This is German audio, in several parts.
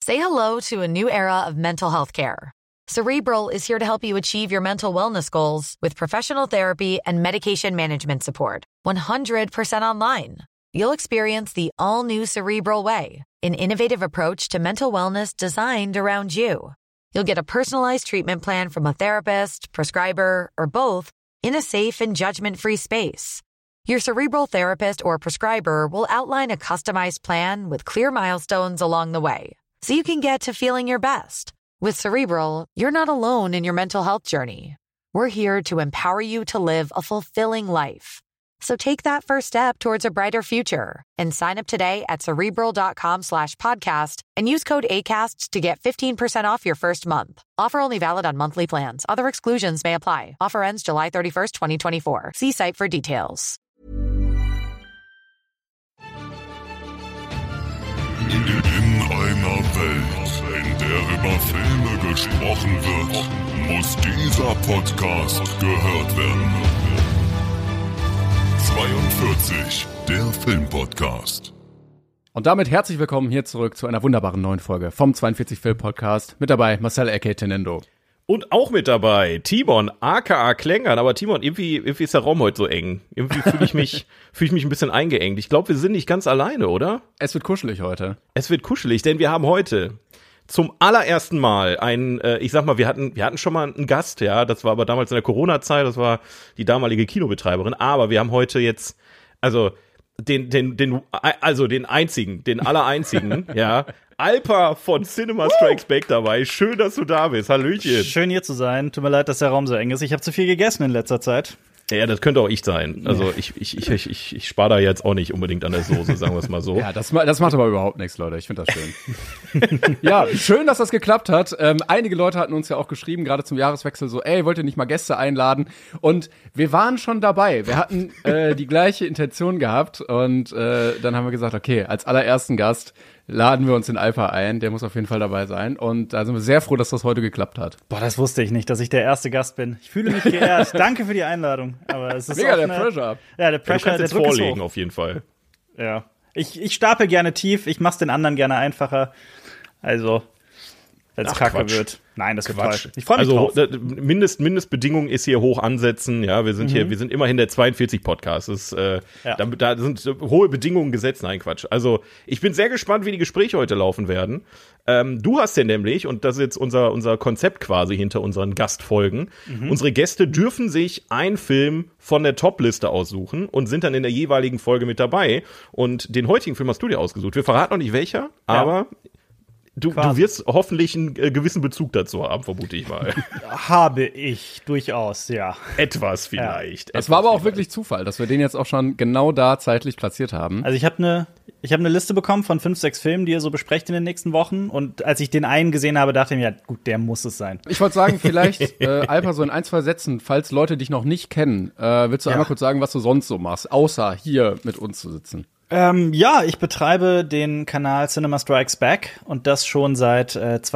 Say hello to a new era of mental health care. Cerebral is here to help you achieve your mental wellness goals with professional therapy and medication management support. 100% online. You'll experience the all-new Cerebral Way, an innovative approach to mental wellness designed around you. You'll get a personalized treatment plan from a therapist, prescriber, or both in a safe and judgment-free space. Your Cerebral therapist or prescriber will outline a customized plan with clear milestones along the way, so you can get to feeling your best. With Cerebral, you're not alone in your mental health journey. We're here to empower you to live a fulfilling life. So take that first step towards a brighter future and sign up today at Cerebral.com/podcast and use code ACAST to get 15% off your first month. Offer only valid on monthly plans. Other exclusions may apply. Offer ends July 31st, 2024. See site for details. In einer Welt, in der über Filme gesprochen wird, muss dieser Podcast gehört werden. 42, der Filmpodcast. Und damit herzlich willkommen hier zurück zu einer wunderbaren neuen Folge vom 42 Film Podcast. Mit dabei Marcel aka Tenendo. Und auch mit dabei Timon, aka Klängern. Aber Timon, irgendwie ist der Raum heute so eng. Irgendwie fühle ich mich ein bisschen eingeengt. Ich glaube, wir sind nicht ganz alleine, oder? Es wird kuschelig heute. Es wird kuschelig, denn wir haben heute zum allerersten Mal ich sag mal, wir hatten schon mal einen Gast, ja. Das war aber damals in der Corona-Zeit, das war die damalige Kinobetreiberin. Aber wir haben heute jetzt, also den allereinzigen, ja. Alpa von Cinema Strikes Back dabei. Schön, dass du da bist. Hallöchen. Schön hier zu sein. Tut mir leid, dass der Raum so eng ist. Ich habe zu viel gegessen in letzter Zeit. Ja, das könnte auch ich sein. Also ich spare da jetzt auch nicht unbedingt an der Soße, sagen wir es mal so. Ja, das macht aber überhaupt nichts, Leute. Ich finde das schön. Ja, schön, dass das geklappt hat. Einige Leute hatten uns ja auch geschrieben, gerade zum Jahreswechsel, so, ey, wollt ihr nicht mal Gäste einladen? Und wir waren schon dabei. Wir hatten die gleiche Intention gehabt und dann haben wir gesagt, okay, als allerersten Gast laden wir uns den Alpha ein. Der muss auf jeden Fall dabei sein. Und da sind wir sehr froh, dass das heute geklappt hat. Boah, das wusste ich nicht, dass ich der erste Gast bin. Ich fühle mich geehrt. Danke für die Einladung. Aber es ist mega der Pressure. Ja, der Pressure, du kannst der jetzt Druck vorlegen, ist hoch. auf jeden Fall. Ja. Ich stapel gerne tief. Ich mach's den anderen gerne einfacher. Also, wenn es kacke Quatsch. wird. Nein, das wird Quatsch. toll. Ich freue mich drauf. Mindestbedingung ist hier hoch ansetzen. Ja, wir sind immerhin der 42 Podcast. Da sind hohe Bedingungen gesetzt. Nein, Quatsch. Also, ich bin sehr gespannt, wie die Gespräche heute laufen werden. Du hast ja nämlich, und das ist jetzt unser Konzept quasi hinter unseren Gastfolgen, unsere Gäste dürfen sich einen Film von der Top-Liste aussuchen und sind dann in der jeweiligen Folge mit dabei. Und den heutigen Film hast du dir ausgesucht. Wir verraten noch nicht welcher, aber Du wirst hoffentlich einen gewissen Bezug dazu haben, vermute ich mal. Habe ich, durchaus, ja. Etwas vielleicht. Es war aber auch wirklich Zufall, dass wir den jetzt auch schon genau da zeitlich platziert haben. Also ich habe eine Liste bekommen von 5, 6 Filmen, die ihr so besprecht in den nächsten Wochen. Und als ich den einen gesehen habe, dachte ich mir, ja gut, der muss es sein. Ich wollte sagen, vielleicht, Alpa, so in 1, 2 Sätzen, falls Leute dich noch nicht kennen, willst du einmal kurz sagen, was du sonst so machst, außer hier mit uns zu sitzen? Ja, ich betreibe den Kanal Cinema Strikes Back und das schon seit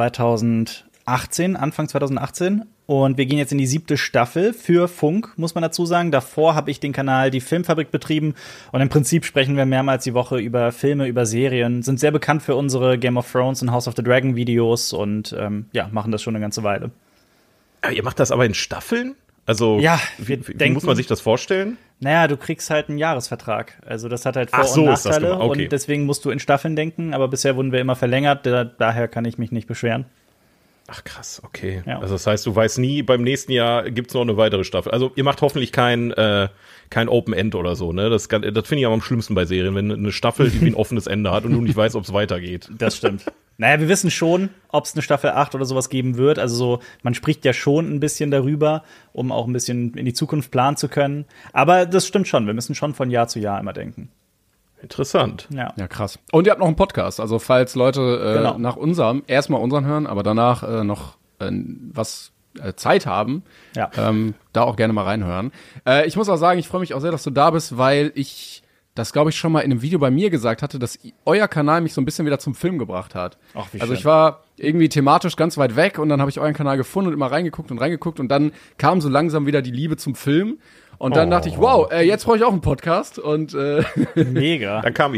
2018, Anfang 2018. Und wir gehen jetzt in die 7. Staffel für Funk, muss man dazu sagen. Davor habe ich den Kanal Die Filmfabrik betrieben und im Prinzip sprechen wir mehrmals die Woche über Filme, über Serien, sind sehr bekannt für unsere Game of Thrones und House of the Dragon Videos und machen das schon eine ganze Weile. Ja, ihr macht das aber in Staffeln? Also, ja, wie muss man sich das vorstellen? Naja, du kriegst halt einen Jahresvertrag. Also das hat halt Vor- so, und ist das Nachteile. Okay. Und deswegen musst du in Staffeln denken. Aber bisher wurden wir immer verlängert. Daher kann ich mich nicht beschweren. Ach krass, okay. Ja. Also das heißt, du weißt nie, beim nächsten Jahr gibt's noch eine weitere Staffel. Also ihr macht hoffentlich kein Open End oder so, ne? Das finde ich am schlimmsten bei Serien, wenn eine Staffel irgendwie ein offenes Ende hat und du nicht weißt, ob es weitergeht. Das stimmt. Naja, wir wissen schon, ob es eine Staffel 8 oder sowas geben wird. Also so, man spricht ja schon ein bisschen darüber, um auch ein bisschen in die Zukunft planen zu können. Aber das stimmt schon. Wir müssen schon von Jahr zu Jahr immer denken. Interessant. Ja, krass. Und ihr habt noch einen Podcast. Also falls Leute Genau. nach erstmal unseren hören, aber danach noch was Zeit haben, da auch gerne mal reinhören. Ich muss auch sagen, ich freue mich auch sehr, dass du da bist, weil ich das, glaube ich, schon mal in einem Video bei mir gesagt hatte, dass euer Kanal mich so ein bisschen wieder zum Film gebracht hat. Ach, wie also schön. ich war irgendwie thematisch ganz weit weg und dann habe ich euren Kanal gefunden und immer reingeguckt und dann kam so langsam wieder die Liebe zum Film. Und dann dachte ich, wow, jetzt brauche ich auch einen Podcast. Und mega. Dann kam ich.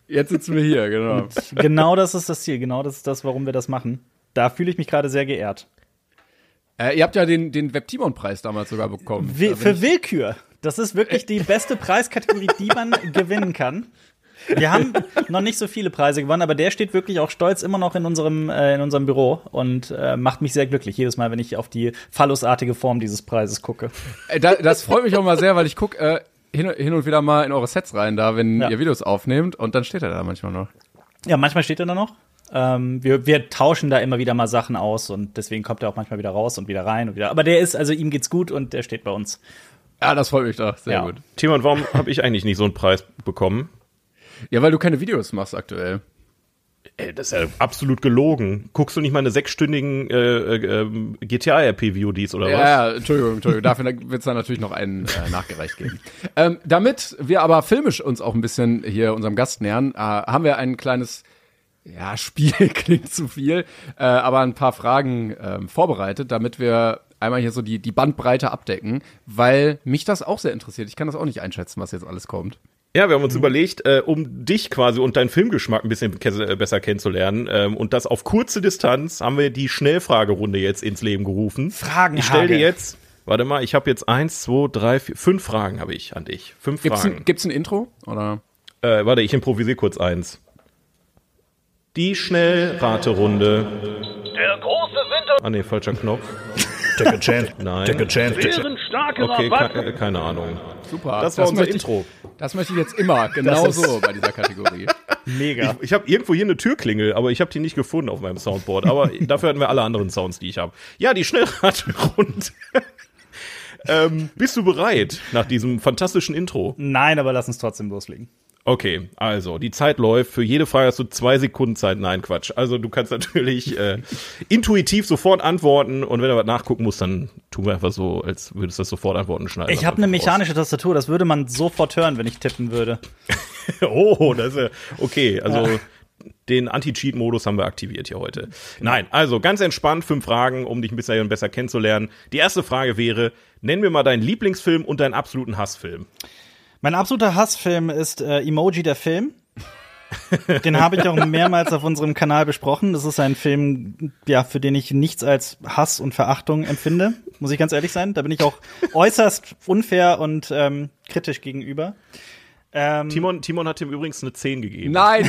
Jetzt sitzen wir hier, genau. Genau das ist das Ziel, genau das ist das, warum wir das machen. Da fühle ich mich gerade sehr geehrt. Ihr habt ja den Webtimon-Preis damals sogar bekommen. Für Willkür. Das ist wirklich die beste Preiskategorie, die man gewinnen kann. Wir haben noch nicht so viele Preise gewonnen, aber der steht wirklich auch stolz immer noch in unserem Büro und macht mich sehr glücklich jedes Mal, wenn ich auf die phallusartige Form dieses Preises gucke. Das freut mich auch mal sehr, weil ich gucke hin und wieder mal in eure Sets rein, da, wenn ihr Videos aufnehmt, und dann steht er da manchmal noch. Ja, manchmal steht er da noch. Wir tauschen da immer wieder mal Sachen aus und deswegen kommt er auch manchmal wieder raus und wieder rein und wieder. Aber ihm geht's gut und der steht bei uns. Ja, das freut mich doch. Sehr gut. Timon, warum habe ich eigentlich nicht so einen Preis bekommen? Ja, weil du keine Videos machst aktuell. Ey, das ist ja absolut gelogen. Guckst du nicht mal eine 6-stündigen GTA-RP-VODs oder was? Ja, Entschuldigung. Dafür wird es dann natürlich noch einen nachgereicht geben. Damit wir aber filmisch uns auch ein bisschen hier unserem Gast nähern, haben wir ein kleines Spiel, klingt zu viel, aber ein paar Fragen vorbereitet, damit wir einmal hier so die Bandbreite abdecken, weil mich das auch sehr interessiert. Ich kann das auch nicht einschätzen, was jetzt alles kommt. Ja, wir haben uns überlegt, um dich quasi und deinen Filmgeschmack ein bisschen besser kennenzulernen und das auf kurze Distanz haben wir die Schnellfragerunde jetzt ins Leben gerufen. Fragen. Ich stelle dir jetzt, warte mal, ich habe jetzt 1, 2, 3, 4, 5 Fragen habe ich an dich. 5 Fragen. Gibt's ein Intro? Oder? Warte, ich improvisiere kurz eins. Die Schnellraterunde. Der große Winter. Ah, nee, falscher Knopf. Take a chance. Nein. Take a chance. Okay, keine Ahnung. Super. Das war unser Intro. Das möchte ich jetzt immer genauso bei dieser Kategorie. Mega. Ich habe irgendwo hier eine Türklingel, aber ich habe die nicht gefunden auf meinem Soundboard. Aber dafür hatten wir alle anderen Sounds, die ich habe. Ja, die Schnellraterunde. Bist du bereit nach diesem fantastischen Intro? Nein, aber lass uns trotzdem loslegen. Okay, also, die Zeit läuft. Für jede Frage hast du 2 Sekunden Zeit. Nein, Quatsch. Also, du kannst natürlich intuitiv sofort antworten. Und wenn du was nachgucken musst, dann tun wir einfach so, als würdest du das sofort antworten schneiden. Ich habe eine mechanische Tastatur. Das würde man sofort hören, wenn ich tippen würde. Oh, das ist ja okay. Also, den Anti-Cheat-Modus haben wir aktiviert hier heute. Nein, also, ganz entspannt 5 Fragen, um dich ein bisschen besser kennenzulernen. Die erste Frage wäre, nenn mir mal deinen Lieblingsfilm und deinen absoluten Hassfilm. Mein absoluter Hassfilm ist Emoji, der Film. Den habe ich auch mehrmals auf unserem Kanal besprochen. Das ist ein Film, für den ich nichts als Hass und Verachtung empfinde, muss ich ganz ehrlich sein. Da bin ich auch äußerst unfair und kritisch gegenüber. Timon hat ihm übrigens eine 10 gegeben. Nein,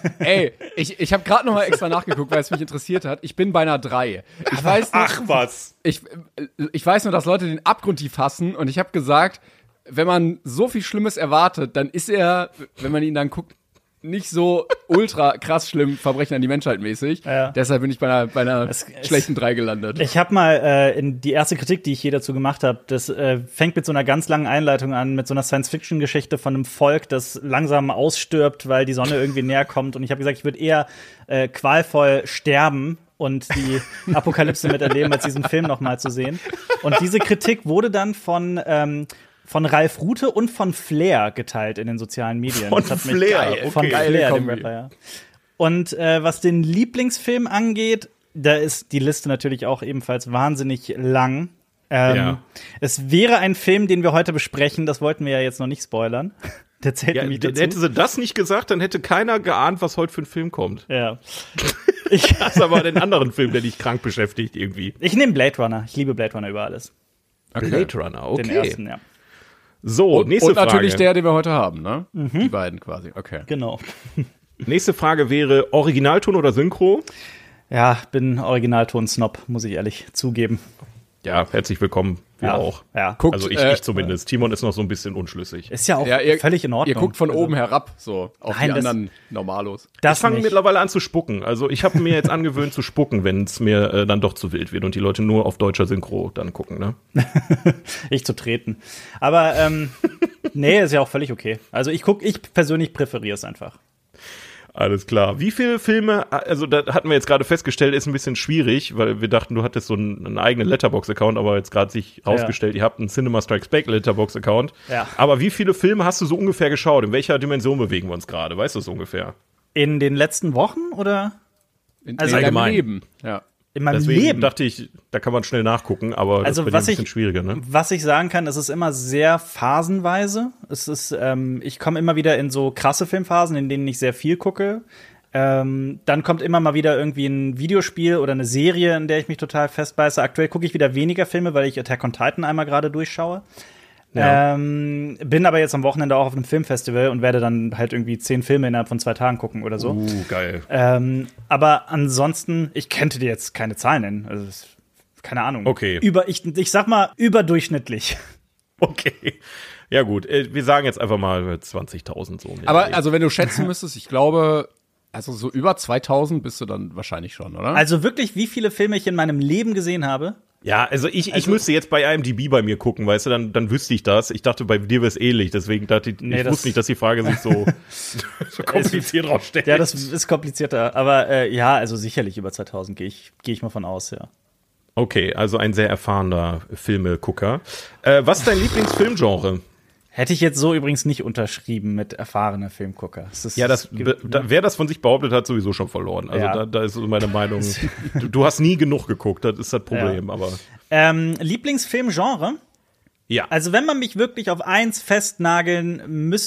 ich habe gerade noch mal extra nachgeguckt, weil es mich interessiert hat. Ich bin bei einer 3. Ich weiß nicht, was? Ich weiß nur, dass Leute den abgrundtief hassen, und ich habe gesagt, wenn man so viel Schlimmes erwartet, dann ist er, wenn man ihn dann guckt, nicht so ultra krass schlimm, Verbrechen an die Menschheit mäßig. Ja. Deshalb bin ich bei einer schlechten 3 gelandet. Ich habe mal in die erste Kritik, die ich hier dazu gemacht habe, das fängt mit so einer ganz langen Einleitung an, mit so einer Science-Fiction-Geschichte von einem Volk, das langsam ausstirbt, weil die Sonne irgendwie näher kommt. Und ich habe gesagt, ich würde eher qualvoll sterben und die Apokalypse miterleben, als diesen Film noch mal zu sehen. Und diese Kritik wurde dann von Ralf Rute und von Flair geteilt in den sozialen Medien. Von Flair, von Flair, dem Rapper, ja. Und was den Lieblingsfilm angeht, da ist die Liste natürlich auch ebenfalls wahnsinnig lang. Es wäre ein Film, den wir heute besprechen, das wollten wir ja jetzt noch nicht spoilern. Der zählt nämlich dazu. Hätte sie das nicht gesagt, dann hätte keiner geahnt, was heute für ein Film kommt. Ja. Das ist aber den anderen Film, der dich krank beschäftigt irgendwie. Ich nehme Blade Runner. Ich liebe Blade Runner über alles. Okay. Blade Runner, okay. Den ersten, ja. So, nächste Frage. Und natürlich der, den wir heute haben, ne? Die beiden quasi, okay. Genau. Nächste Frage wäre Originalton oder Synchro? Ja, bin Originalton-Snob, muss ich ehrlich zugeben. Ja, herzlich willkommen, wir auch. Ja. Guckt, also ich zumindest. Timon ist noch so ein bisschen unschlüssig. Ist ja auch völlig in Ordnung. Ihr guckt von oben herab, so, auf die anderen Normalos. Ich fange mittlerweile an zu spucken. Also ich habe mir jetzt angewöhnt zu spucken, wenn es mir dann doch zu wild wird und die Leute nur auf deutscher Synchro dann gucken, ne? Ich zu treten. Aber nee, ist ja auch völlig okay. Also ich persönlich präferiere es einfach. Alles klar. Wie viele Filme, also da hatten wir jetzt gerade festgestellt, ist ein bisschen schwierig, weil wir dachten, du hattest so einen eigenen Letterboxd-Account, aber jetzt gerade sich rausgestellt, ihr habt einen Cinema Strikes Back Letterboxd-Account. Ja. Aber wie viele Filme hast du so ungefähr geschaut? In welcher Dimension bewegen wir uns gerade? Weißt du es ungefähr? In den letzten Wochen oder? Also allgemein. Leben. Ja. In meinem Deswegen Leben. dachte ich, da kann man schnell nachgucken, aber Also, das ist ein bisschen schwieriger, ne? Was ich sagen kann, es ist immer sehr phasenweise. Es ist, ich komme immer wieder in so krasse Filmphasen, in denen ich sehr viel gucke. Dann kommt immer mal wieder irgendwie ein Videospiel oder eine Serie, in der ich mich total festbeiße. Aktuell gucke ich wieder weniger Filme, weil ich Attack on Titan einmal gerade durchschaue. Ja. Bin aber jetzt am Wochenende auch auf einem Filmfestival und werde dann halt irgendwie 10 Filme innerhalb von 2 Tagen gucken oder so. Geil. Aber ansonsten, ich könnte dir jetzt keine Zahlen nennen. Also, keine Ahnung. Okay. Ich sag mal, überdurchschnittlich. Okay. Ja, gut. Wir sagen jetzt einfach mal 20.000 so. Aber also, wenn du schätzen müsstest, ich glaube, also so über 2000 bist du dann wahrscheinlich schon, oder? Also wirklich, wie viele Filme ich in meinem Leben gesehen habe? Ja, also ich müsste jetzt bei IMDb bei mir gucken, weißt du, dann wüsste ich das. Ich dachte, bei dir wäre es ähnlich, deswegen dachte ich, ich wusste nicht, dass die Frage sich so, so kompliziert rausstellt. Ja, das ist komplizierter, aber ja, also sicherlich über 2000 gehe ich mal von aus, ja. Okay, also ein sehr erfahrener Filmegucker. Was ist dein Lieblingsfilmgenre? Hätte ich jetzt so übrigens nicht unterschrieben mit erfahrener Filmgucker. Wer das von sich behauptet, hat sowieso schon verloren. Also Ja. da ist so meine Meinung. Du hast nie genug geguckt, das ist das Problem. Ja. Aber Lieblingsfilmgenre? ja, Also wenn man mich wirklich auf eins festnageln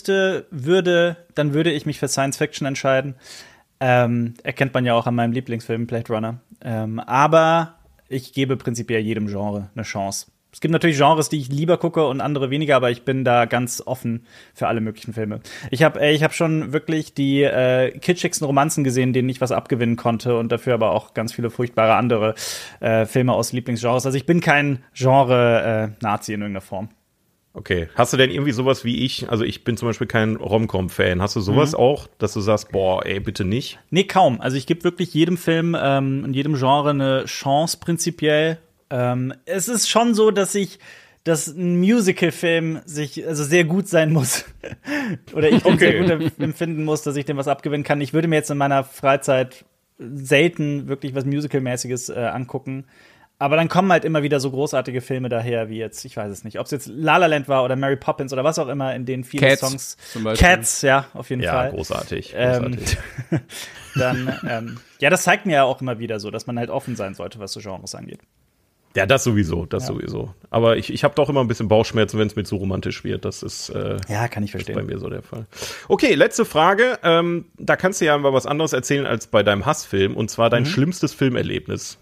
dann würde ich mich für Science Fiction entscheiden. Erkennt man ja auch an meinem Lieblingsfilm Blade Runner. Aber ich gebe prinzipiell jedem Genre eine Chance. Es gibt natürlich Genres, die ich lieber gucke und andere weniger, aber ich bin da ganz offen für alle möglichen Filme. Ich hab schon wirklich die kitschigsten Romanzen gesehen, denen ich was abgewinnen konnte und dafür aber auch ganz viele furchtbare andere Filme aus Lieblingsgenres. Also ich bin kein Genre-Nazi in irgendeiner Form. okay. Hast du denn irgendwie sowas wie ich? Also ich bin zum Beispiel kein Rom-Com-Fan. Hast du sowas auch, dass du sagst, boah, ey, bitte nicht? Nee, kaum. Also ich gebe wirklich jedem Film und jedem Genre eine Chance prinzipiell. Es ist schon so, dass ein Musical-Film sehr gut sein muss. Oder ich den sehr gut empfinden muss, dass ich dem was abgewinnen kann. Ich würde mir jetzt in meiner Freizeit selten wirklich was Musical-mäßiges angucken. Aber dann kommen halt immer wieder so großartige Filme daher, wie jetzt, ich weiß es nicht, ob es jetzt La La Land war oder Mary Poppins oder was auch immer, in denen viele Cats Songs. zum Beispiel. Cats, ja, auf jeden Fall. Ja, großartig. Dann, ja, das zeigt mir ja auch immer wieder so, dass man halt offen sein sollte, was so Genres angeht. Ja, das sowieso. Aber ich habe doch immer ein bisschen Bauchschmerzen, wenn es mir zu romantisch wird. Das ist Ja, kann ich verstehen. bei mir so der Fall. Okay, letzte Frage. Da kannst du ja mal was anderes erzählen als bei deinem Hassfilm. Und zwar dein schlimmstes Filmerlebnis.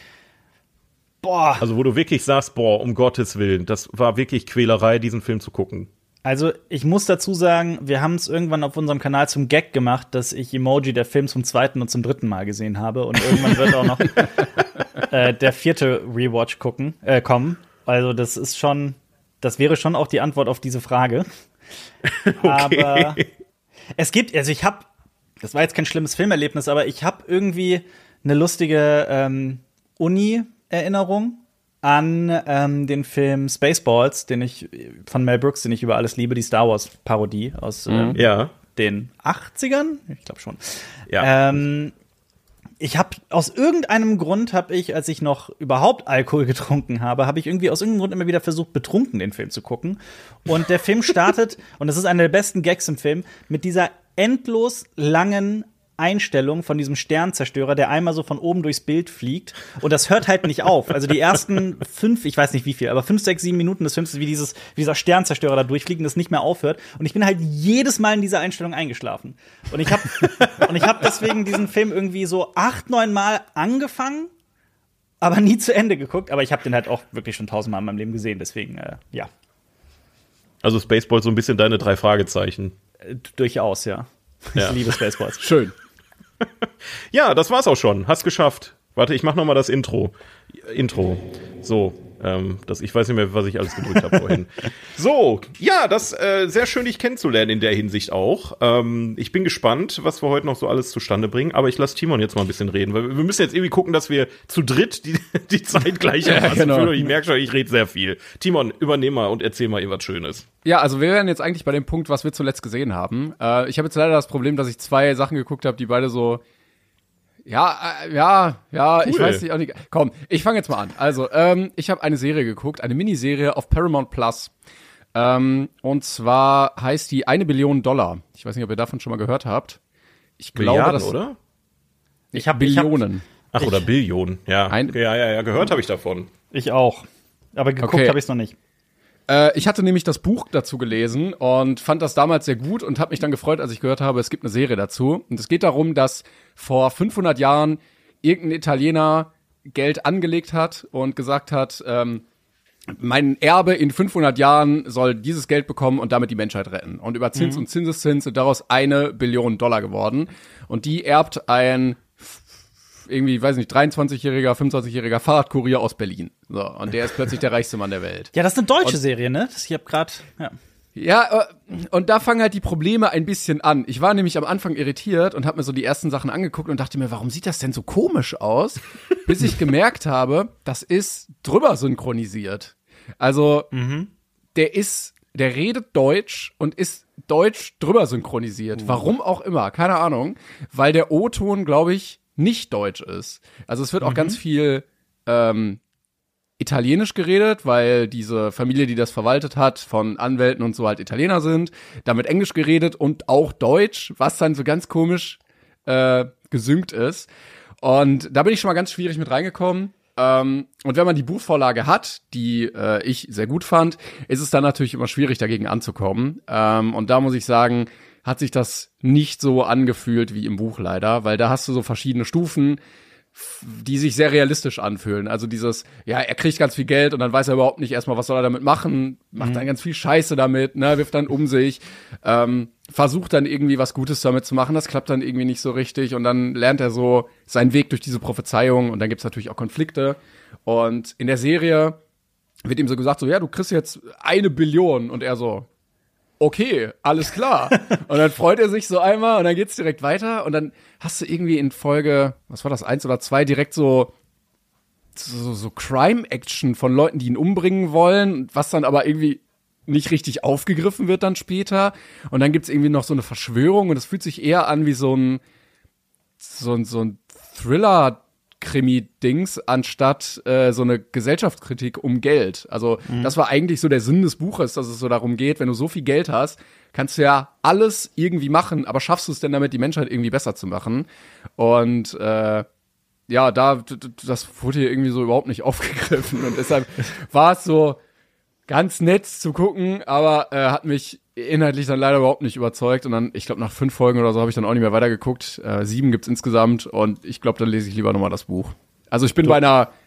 Boah. Also wo du wirklich sagst, boah, um Gottes Willen, das war wirklich Quälerei, diesen Film zu gucken. Also, ich muss dazu sagen, wir haben es irgendwann auf unserem Kanal zum Gag gemacht, dass ich Emoji der Film zum 2. und zum 3. Mal gesehen habe. Und irgendwann wird auch noch der 4. Rewatch kommen. Also, das wäre schon auch die Antwort auf diese Frage. Okay. Aber es gibt, also das war jetzt kein schlimmes Filmerlebnis, aber ich habe irgendwie eine lustige Uni-Erinnerung an den Film Spaceballs, von Mel Brooks, den ich über alles liebe, die Star Wars Parodie aus den 80ern, ich glaube schon. Ja. Aus irgendeinem Grund als ich noch überhaupt Alkohol getrunken habe, habe ich irgendwie aus irgendeinem Grund immer wieder versucht, betrunken den Film zu gucken. Und der Film startet, und das ist einer der besten Gags im Film, mit dieser endlos langen Einstellung von diesem Sternzerstörer, der einmal so von oben durchs Bild fliegt. Und das hört halt nicht auf. Also die ersten 5, ich weiß nicht wie viel, aber 5, 6, 7 Minuten des Films ist wie dieser Sternzerstörer da durchfliegt und das nicht mehr aufhört. Und ich bin halt jedes Mal in dieser Einstellung eingeschlafen. Und ich hab deswegen diesen Film irgendwie so 8, 9 Mal angefangen, aber nie zu Ende geguckt. Aber ich habe den halt auch wirklich schon 1000 Mal in meinem Leben gesehen, deswegen, ja. Also Spaceballs so ein bisschen deine 3 Fragezeichen. Durchaus, ja. Ich liebe Spaceballs. Schön. Ja, das war's auch schon. Hast geschafft. Warte, ich mach noch mal das Intro. So, ich weiß nicht mehr, was ich alles gedrückt habe vorhin. So, ja, das sehr schön, dich kennenzulernen in der Hinsicht auch. Ich bin gespannt, was wir heute noch so alles zustande bringen. Aber ich lasse Timon jetzt mal ein bisschen reden, weil wir müssen jetzt irgendwie gucken, dass wir zu dritt die Zeit gleichermaßen führen. Ich merke schon, ich rede sehr viel. Timon, übernehm mal und erzähl mal irgendwas Schönes. Ja, also wir wären jetzt eigentlich bei dem Punkt, was wir zuletzt gesehen haben. Ich habe jetzt leider das Problem, dass ich 2 Sachen geguckt habe, die beide so Ja, cool. Ich weiß nicht, auch nicht. Komm, ich fange jetzt mal an. Also, ich habe eine Serie geguckt, eine Miniserie auf Paramount Plus. Und zwar heißt die $1 Billion. Ich weiß nicht, ob ihr davon schon mal gehört habt. Ich glaube, Milliarden, oder? Billionen. Ach, oder Billionen, ja. Ja, gehört habe ich davon. Ich auch. Aber geguckt habe ich es noch nicht. Ich hatte nämlich das Buch dazu gelesen und fand das damals sehr gut und habe mich dann gefreut, als ich gehört habe, es gibt eine Serie dazu. Und es geht darum, dass vor 500 Jahren irgendein Italiener Geld angelegt hat und gesagt hat, mein Erbe in 500 Jahren soll dieses Geld bekommen und damit die Menschheit retten. Und über Zins und Zinseszins sind daraus $1 Billion geworden. Und die erbt ein irgendwie, weiß nicht, 23-jähriger, 25-jähriger Fahrradkurier aus Berlin. So, und der ist plötzlich der reichste Mann der Welt. Ja, das ist eine deutsche Serie, ne? Ich hab grad, Ja, und da fangen halt die Probleme ein bisschen an. Ich war nämlich am Anfang irritiert und habe mir so die ersten Sachen angeguckt und dachte mir, warum sieht das denn so komisch aus? Bis ich gemerkt habe, das ist drüber synchronisiert. Also, der redet Deutsch und ist Deutsch drüber synchronisiert. Warum auch immer, keine Ahnung. Weil der O-Ton, glaube ich, nicht deutsch ist. Also es wird auch ganz viel Italienisch geredet, weil diese Familie, die das verwaltet hat, von Anwälten und so halt Italiener sind. Damit Englisch geredet und auch Deutsch, was dann so ganz komisch gesynkt ist. Und da bin ich schon mal ganz schwierig mit reingekommen. Und wenn man die Buchvorlage hat, die ich sehr gut fand, ist es dann natürlich immer schwierig, dagegen anzukommen. Und da muss ich sagen, hat sich das nicht so angefühlt wie im Buch leider, weil da hast du so verschiedene Stufen, die sich sehr realistisch anfühlen. Also dieses, ja, er kriegt ganz viel Geld und dann weiß er überhaupt nicht erstmal, was soll er damit machen, macht dann ganz viel Scheiße damit, ne, wirft dann um sich, versucht dann irgendwie was Gutes damit zu machen, das klappt dann irgendwie nicht so richtig und dann lernt er so seinen Weg durch diese Prophezeiung und dann gibt's natürlich auch Konflikte und in der Serie wird ihm so gesagt, so, ja, du kriegst jetzt 1 Billion und er so, okay, alles klar. Und dann freut er sich so einmal und dann geht's direkt weiter und dann hast du irgendwie in Folge, was war das, 1 oder 2, direkt so Crime-Action von Leuten, die ihn umbringen wollen, was dann aber irgendwie nicht richtig aufgegriffen wird dann später. Und dann gibt's irgendwie noch so eine Verschwörung und es fühlt sich eher an wie so ein Thriller-Krimi-Dings, anstatt so eine Gesellschaftskritik um Geld. Also das war eigentlich so der Sinn des Buches, dass es so darum geht, wenn du so viel Geld hast, kannst du ja alles irgendwie machen, aber schaffst du es denn damit, die Menschheit irgendwie besser zu machen? Und ja, das wurde hier irgendwie so überhaupt nicht aufgegriffen und deshalb war es so ganz nett zu gucken, aber hat mich inhaltlich dann leider überhaupt nicht überzeugt und dann, ich glaube, nach 5 Folgen oder so habe ich dann auch nicht mehr weitergeguckt. 7 gibt's insgesamt und ich glaube, dann lese ich lieber nochmal das Buch. Also ich bin bei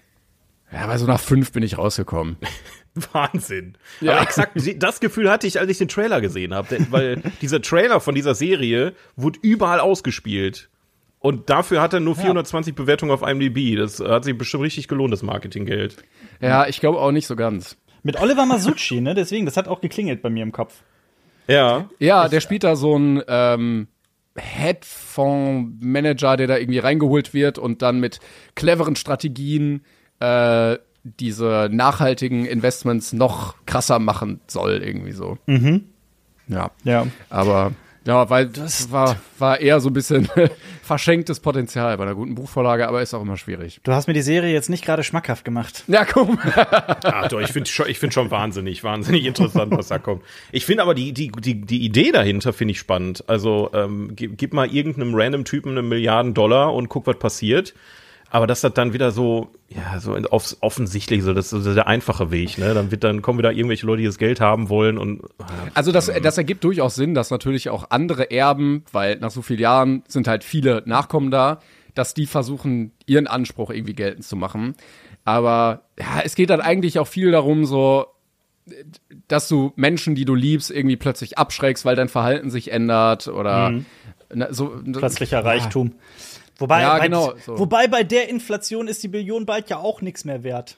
so nach 5 bin ich rausgekommen. Wahnsinn. Ja. Aber exakt das Gefühl hatte ich, als ich den Trailer gesehen habe, weil dieser Trailer von dieser Serie wurde überall ausgespielt. Und dafür hat er nur 420 Bewertungen auf IMDb. Das hat sich bestimmt richtig gelohnt, das Marketinggeld. Ja, ich glaube auch nicht so ganz. Mit Oliver Masucci, ne? Deswegen, das hat auch geklingelt bei mir im Kopf. Ja. Ja, der spielt da so ein Hedgefonds-Manager, der da irgendwie reingeholt wird und dann mit cleveren Strategien diese nachhaltigen Investments noch krasser machen soll, irgendwie so. Ja. Aber ja, weil das war eher so ein bisschen verschenktes Potenzial bei einer guten Buchvorlage, aber ist auch immer schwierig. Du hast mir die Serie jetzt nicht gerade schmackhaft gemacht. Ja, komm. Ach doch, ich finde schon wahnsinnig interessant, was da kommt. Ich finde aber die Idee dahinter finde ich spannend. Also gib mal irgendeinem random Typen $1 Milliarden und guck, was passiert. Aber das hat dann wieder so aufs Offensichtliche, so das ist so der einfache Weg, ne? Dann kommen wieder irgendwelche Leute, die das Geld haben wollen und also das ergibt durchaus Sinn, dass natürlich auch andere Erben, weil nach so vielen Jahren sind halt viele Nachkommen da, dass die versuchen, ihren Anspruch irgendwie geltend zu machen. Aber ja, es geht dann eigentlich auch viel darum, so, dass du Menschen, die du liebst, irgendwie plötzlich abschreckst, weil dein Verhalten sich ändert oder so. Plötzlicher Reichtum. Wobei, ja, genau, so. Wobei bei der Inflation ist die Billion bald ja auch nichts mehr wert.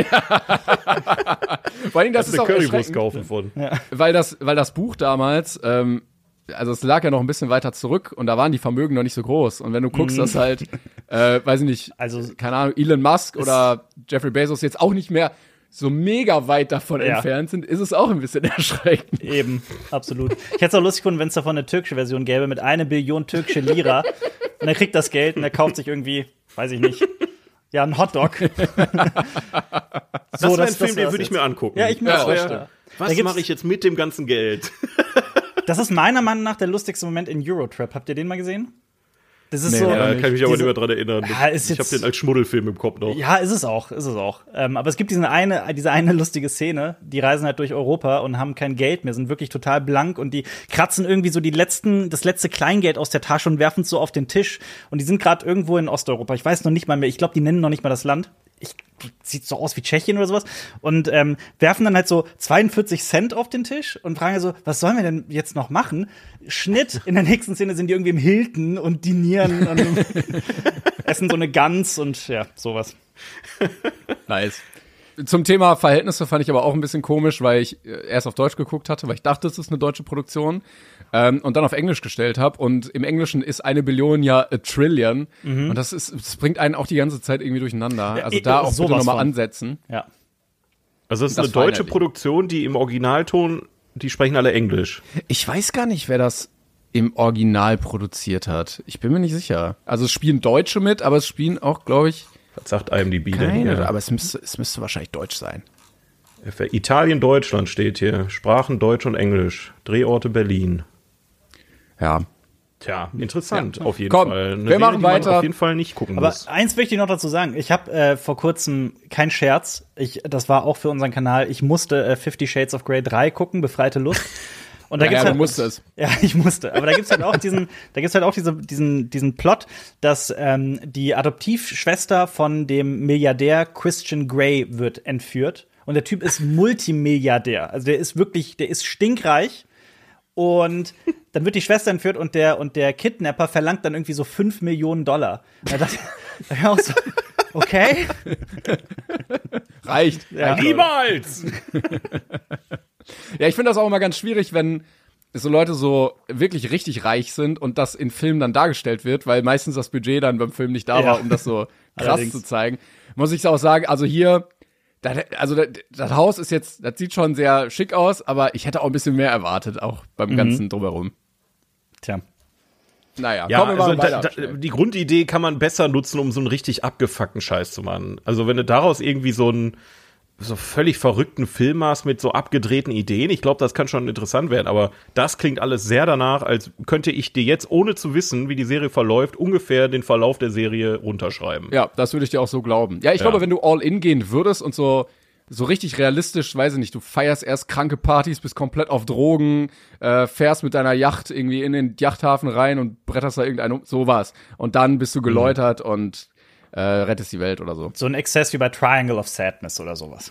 Vor allem, das ist auch Currywurst kaufen von. Ja. Weil das Buch damals, also es lag ja noch ein bisschen weiter zurück und da waren die Vermögen noch nicht so groß. Und wenn du guckst, dass halt, weiß ich nicht, also keine Ahnung, Elon Musk oder Jeffrey Bezos jetzt auch nicht mehr so mega weit davon entfernt sind, ist es auch ein bisschen erschreckend. Eben, absolut. Ich hätte es auch lustig gefunden, wenn es davon eine türkische Version gäbe mit 1 Billion türkische Lira. Und er kriegt das Geld und er kauft sich irgendwie, weiß ich nicht, ja, einen Hotdog. Das wäre ein Film, den würde ich mir angucken. Ja, ich mir auch. Was mache ich jetzt mit dem ganzen Geld? Das ist meiner Meinung nach der lustigste Moment in Eurotrap. Habt ihr den mal gesehen? Das ist Nee, so. Ja, kann ich mich aber nicht mehr dran erinnern. Ja, ist Ich habe jetzt- den als Schmuddelfilm im Kopf noch. Ja, ist es auch. Aber es gibt diese eine lustige Szene, die reisen halt durch Europa und haben kein Geld mehr, sind wirklich total blank und die kratzen irgendwie so das letzte Kleingeld aus der Tasche und werfen es so auf den Tisch. Und die sind gerade irgendwo in Osteuropa. Ich weiß noch nicht mal mehr, ich glaube, die nennen noch nicht mal das Land. Sieht so aus wie Tschechien oder sowas. Und werfen dann halt so 42 Cent auf den Tisch und fragen so, was sollen wir denn jetzt noch machen? Schnitt, in der nächsten Szene sind die irgendwie im Hilton und dinieren und essen so eine Gans und ja, sowas. Nice. Zum Thema Verhältnisse fand ich aber auch ein bisschen komisch, weil ich erst auf Deutsch geguckt hatte, weil ich dachte, es ist eine deutsche Produktion und dann auf Englisch gestellt habe. Und im Englischen ist 1 Billion ja a Trillion. Und das bringt einen auch die ganze Zeit irgendwie durcheinander. Also da auch bitte sowas nochmal von. ansetzen. Ja. Also es ist Das eine deutsche vereinheitlichen. Produktion, die im Originalton, die sprechen alle Englisch. Ich weiß gar nicht, wer das im Original produziert hat. Ich bin mir nicht sicher. Also es spielen Deutsche mit, aber es spielen auch, glaube ich, Was sagt IMDb denn keine. hier? Aber es müsste wahrscheinlich Deutsch sein. Italien, Deutschland steht hier. Sprachen Deutsch und Englisch. Drehorte Berlin. Ja. Tja, interessant, auf jeden Komm, Fall. Eine wir machen die man weiter. auf jeden Fall nicht gucken Aber muss. eins möchte ich noch dazu sagen. Ich habe vor kurzem, kein Scherz, das war auch für unseren Kanal, ich musste 50 Shades of Grey 3 gucken, Befreite Lust. Und da Ja, gibt's du halt, musstest. Ja, ich musste. Aber da gibt's halt auch diesen Plot, dass die Adoptivschwester von dem Milliardär Christian Grey wird entführt. Und der Typ ist Multimilliardär. Also der ist stinkreich. Und dann wird die Schwester entführt und der Kidnapper verlangt dann irgendwie so $5 Millionen. Da dachte ich auch so, okay. Reicht. Ja, Niemals! Ja, ich finde das auch immer ganz schwierig, wenn so Leute so wirklich richtig reich sind und das in Filmen dann dargestellt wird, weil meistens das Budget dann beim Film nicht da Ja. war, um das so krass Allerdings. zu zeigen. Muss ich auch sagen, also hier, das Haus ist jetzt, das sieht schon sehr schick aus, aber ich hätte auch ein bisschen mehr erwartet, auch beim ganzen Drumherum. Tja. Naja, Ja, komm, wir machen also weiter. Schnell. die Grundidee kann man besser nutzen, um so einen richtig abgefuckten Scheiß zu machen. Also wenn du daraus irgendwie so einen so völlig verrückten Film machst mit so abgedrehten Ideen, ich glaube, das kann schon interessant werden, aber das klingt alles sehr danach, als könnte ich dir jetzt, ohne zu wissen, wie die Serie verläuft, ungefähr den Verlauf der Serie runterschreiben. Ja, das würde ich dir auch so glauben. Ja, ich glaube, wenn du all in gehen würdest und so richtig realistisch, weiß ich nicht, du feierst erst kranke Partys, bist komplett auf Drogen, fährst mit deiner Yacht irgendwie in den Yachthafen rein und bretterst da irgendeinen, sowas. Und dann bist du geläutert und rettest die Welt oder so. So ein Exzess wie bei Triangle of Sadness oder sowas.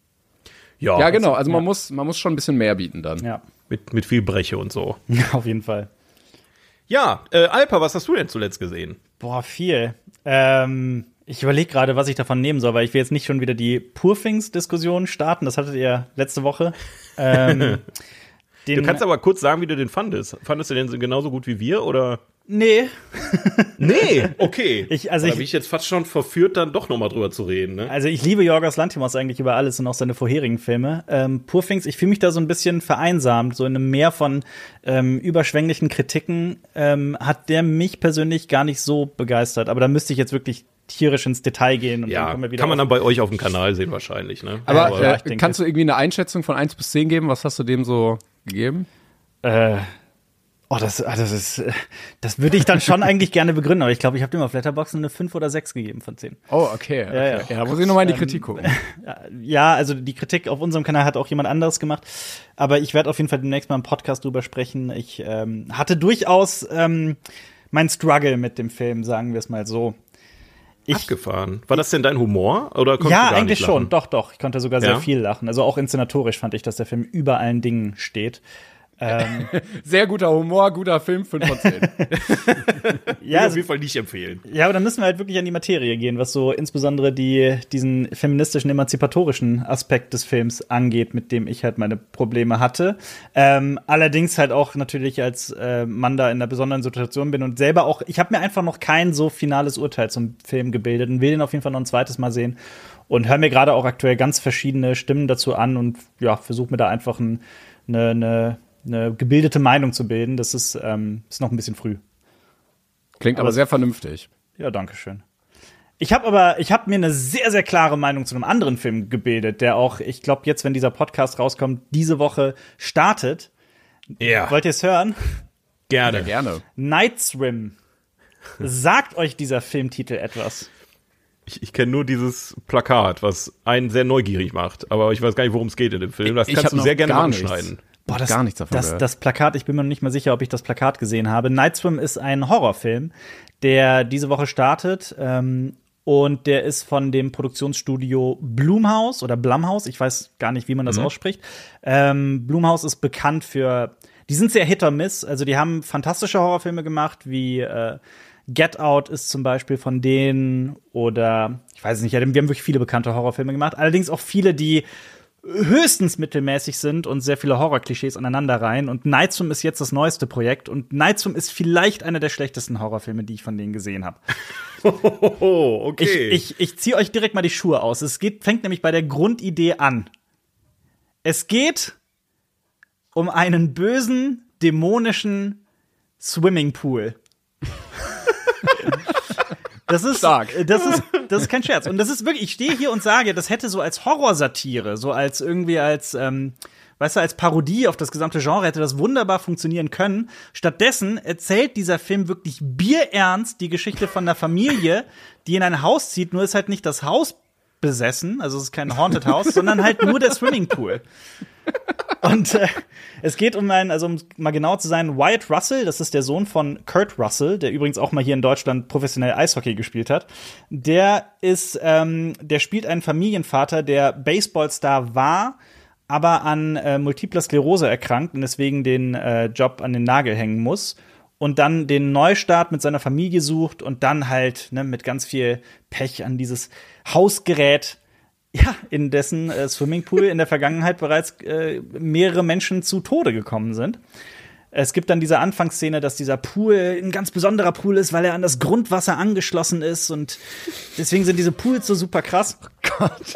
Ja, genau. Also man muss schon ein bisschen mehr bieten dann. Ja, Mit viel Breche und so. auf jeden Fall. Ja, Alpa, was hast du denn zuletzt gesehen? Boah, viel. Ich überlege gerade, was ich davon nehmen soll, weil ich will jetzt nicht schon wieder die Poor-Things-Diskussion starten. Das hattet ihr letzte Woche. Du kannst aber kurz sagen, wie du den fandest. Fandest du den genauso gut wie wir, oder? Nee. Nee, okay. Ich Da bin ich jetzt fast schon verführt, dann doch noch mal drüber zu reden, ne? Also ich liebe Yorgos Lanthimos eigentlich über alles und auch seine vorherigen Filme. Poor Things, ich fühle mich da so ein bisschen vereinsamt, so in einem Meer von überschwänglichen Kritiken hat der mich persönlich gar nicht so begeistert. Aber da müsste ich jetzt wirklich tierisch ins Detail gehen. Und Ja, dann kommen wir wieder kann man auf- dann bei euch auf dem Kanal sehen wahrscheinlich, ne? Aber ja, ich denke- kannst du irgendwie eine Einschätzung von 1 bis 10 geben? Was hast du dem so gegeben? Das würde ich dann schon eigentlich gerne begründen, aber ich glaube, ich habe dem auf Letterboxd eine 5 oder 6 gegeben von 10. Oh, okay. Ja. Ja, da muss ich nochmal in die Kritik gucken. Ja, also die Kritik auf unserem Kanal hat auch jemand anderes gemacht, aber ich werde auf jeden Fall demnächst mal im Podcast drüber sprechen. Ich hatte durchaus mein Struggle mit dem Film, sagen wir es mal so. Abgefahren. War das denn dein Humor? Oder konntest du Ja, gar eigentlich nicht lachen? schon. Doch. Ich konnte sogar sehr Ja? viel lachen. Also auch inszenatorisch fand ich, dass der Film über allen Dingen steht. Sehr guter Humor, guter Film, 5 von 10. Ja, auf jeden Fall nicht empfehlen. Ja, aber dann müssen wir halt wirklich an die Materie gehen, was so insbesondere diesen feministischen, emanzipatorischen Aspekt des Films angeht, mit dem ich halt meine Probleme hatte. Allerdings halt auch natürlich als Mann da in einer besonderen Situation bin und selber auch, ich habe mir einfach noch kein so finales Urteil zum Film gebildet und will den auf jeden Fall noch ein zweites Mal sehen und höre mir gerade auch aktuell ganz verschiedene Stimmen dazu an und ja, versuche mir da einfach eine gebildete Meinung zu bilden. Das ist noch ein bisschen früh. Klingt aber sehr vernünftig. Ja, danke schön. Ich habe mir eine sehr, sehr klare Meinung zu einem anderen Film gebildet, der auch, ich glaube, jetzt, wenn dieser Podcast rauskommt, diese Woche startet. Ja, Wollt ihr es hören? gerne. Ja, gerne. Night Swim. Sagt euch dieser Filmtitel etwas? Ich kenne nur dieses Plakat, was einen sehr neugierig macht. Aber ich weiß gar nicht, worum es geht in dem Film. Das kannst du sehr gerne anschneiden. Boah, gar nichts davon gehört. Das Plakat, ich bin mir noch nicht mal sicher, ob ich das Plakat gesehen habe. Night Swim ist ein Horrorfilm, der diese Woche startet. Und der ist von dem Produktionsstudio Blumhouse oder Blumhouse. Ich weiß gar nicht, wie man das ausspricht. Blumhouse ist bekannt für, die sind sehr Hit or Miss. Also die haben fantastische Horrorfilme gemacht, wie Get Out ist zum Beispiel von denen. Oder, ich weiß nicht, wir haben wirklich viele bekannte Horrorfilme gemacht. Allerdings auch viele, die höchstens mittelmäßig sind und sehr viele Horrorklischees aneinander rein. Und Night Swim ist jetzt das neueste Projekt. Und Night Swim ist vielleicht einer der schlechtesten Horrorfilme, die ich von denen gesehen habe. Okay. Ich ziehe euch direkt mal die Schuhe aus. Fängt nämlich bei der Grundidee an. Es geht um einen bösen, dämonischen Swimmingpool. Das ist stark. Das ist kein Scherz. Und das ist wirklich, ich stehe hier und sage, das hätte so als Horrorsatire, so als irgendwie als, weißt du, als Parodie auf das gesamte Genre hätte das wunderbar funktionieren können. Stattdessen erzählt dieser Film wirklich bierernst die Geschichte von einer Familie, die in ein Haus zieht, nur ist halt nicht das Haus besessen, also es ist kein Haunted House, sondern halt nur der Swimmingpool. Und es geht um also um mal genau zu sein, Wyatt Russell, das ist der Sohn von Kurt Russell, der übrigens auch mal hier in Deutschland professionell Eishockey gespielt hat. Der spielt einen Familienvater, der Baseballstar war, aber an multipler Sklerose erkrankt und deswegen den Job an den Nagel hängen muss. Und dann den Neustart mit seiner Familie sucht und dann halt mit ganz viel Pech an dieses Haus gerät, ja, in dessen Swimmingpool in der Vergangenheit bereits mehrere Menschen zu Tode gekommen sind. Es gibt dann diese Anfangsszene, dass dieser Pool ein ganz besonderer Pool ist, weil er an das Grundwasser angeschlossen ist und deswegen sind diese Pools so super krass. Oh Gott.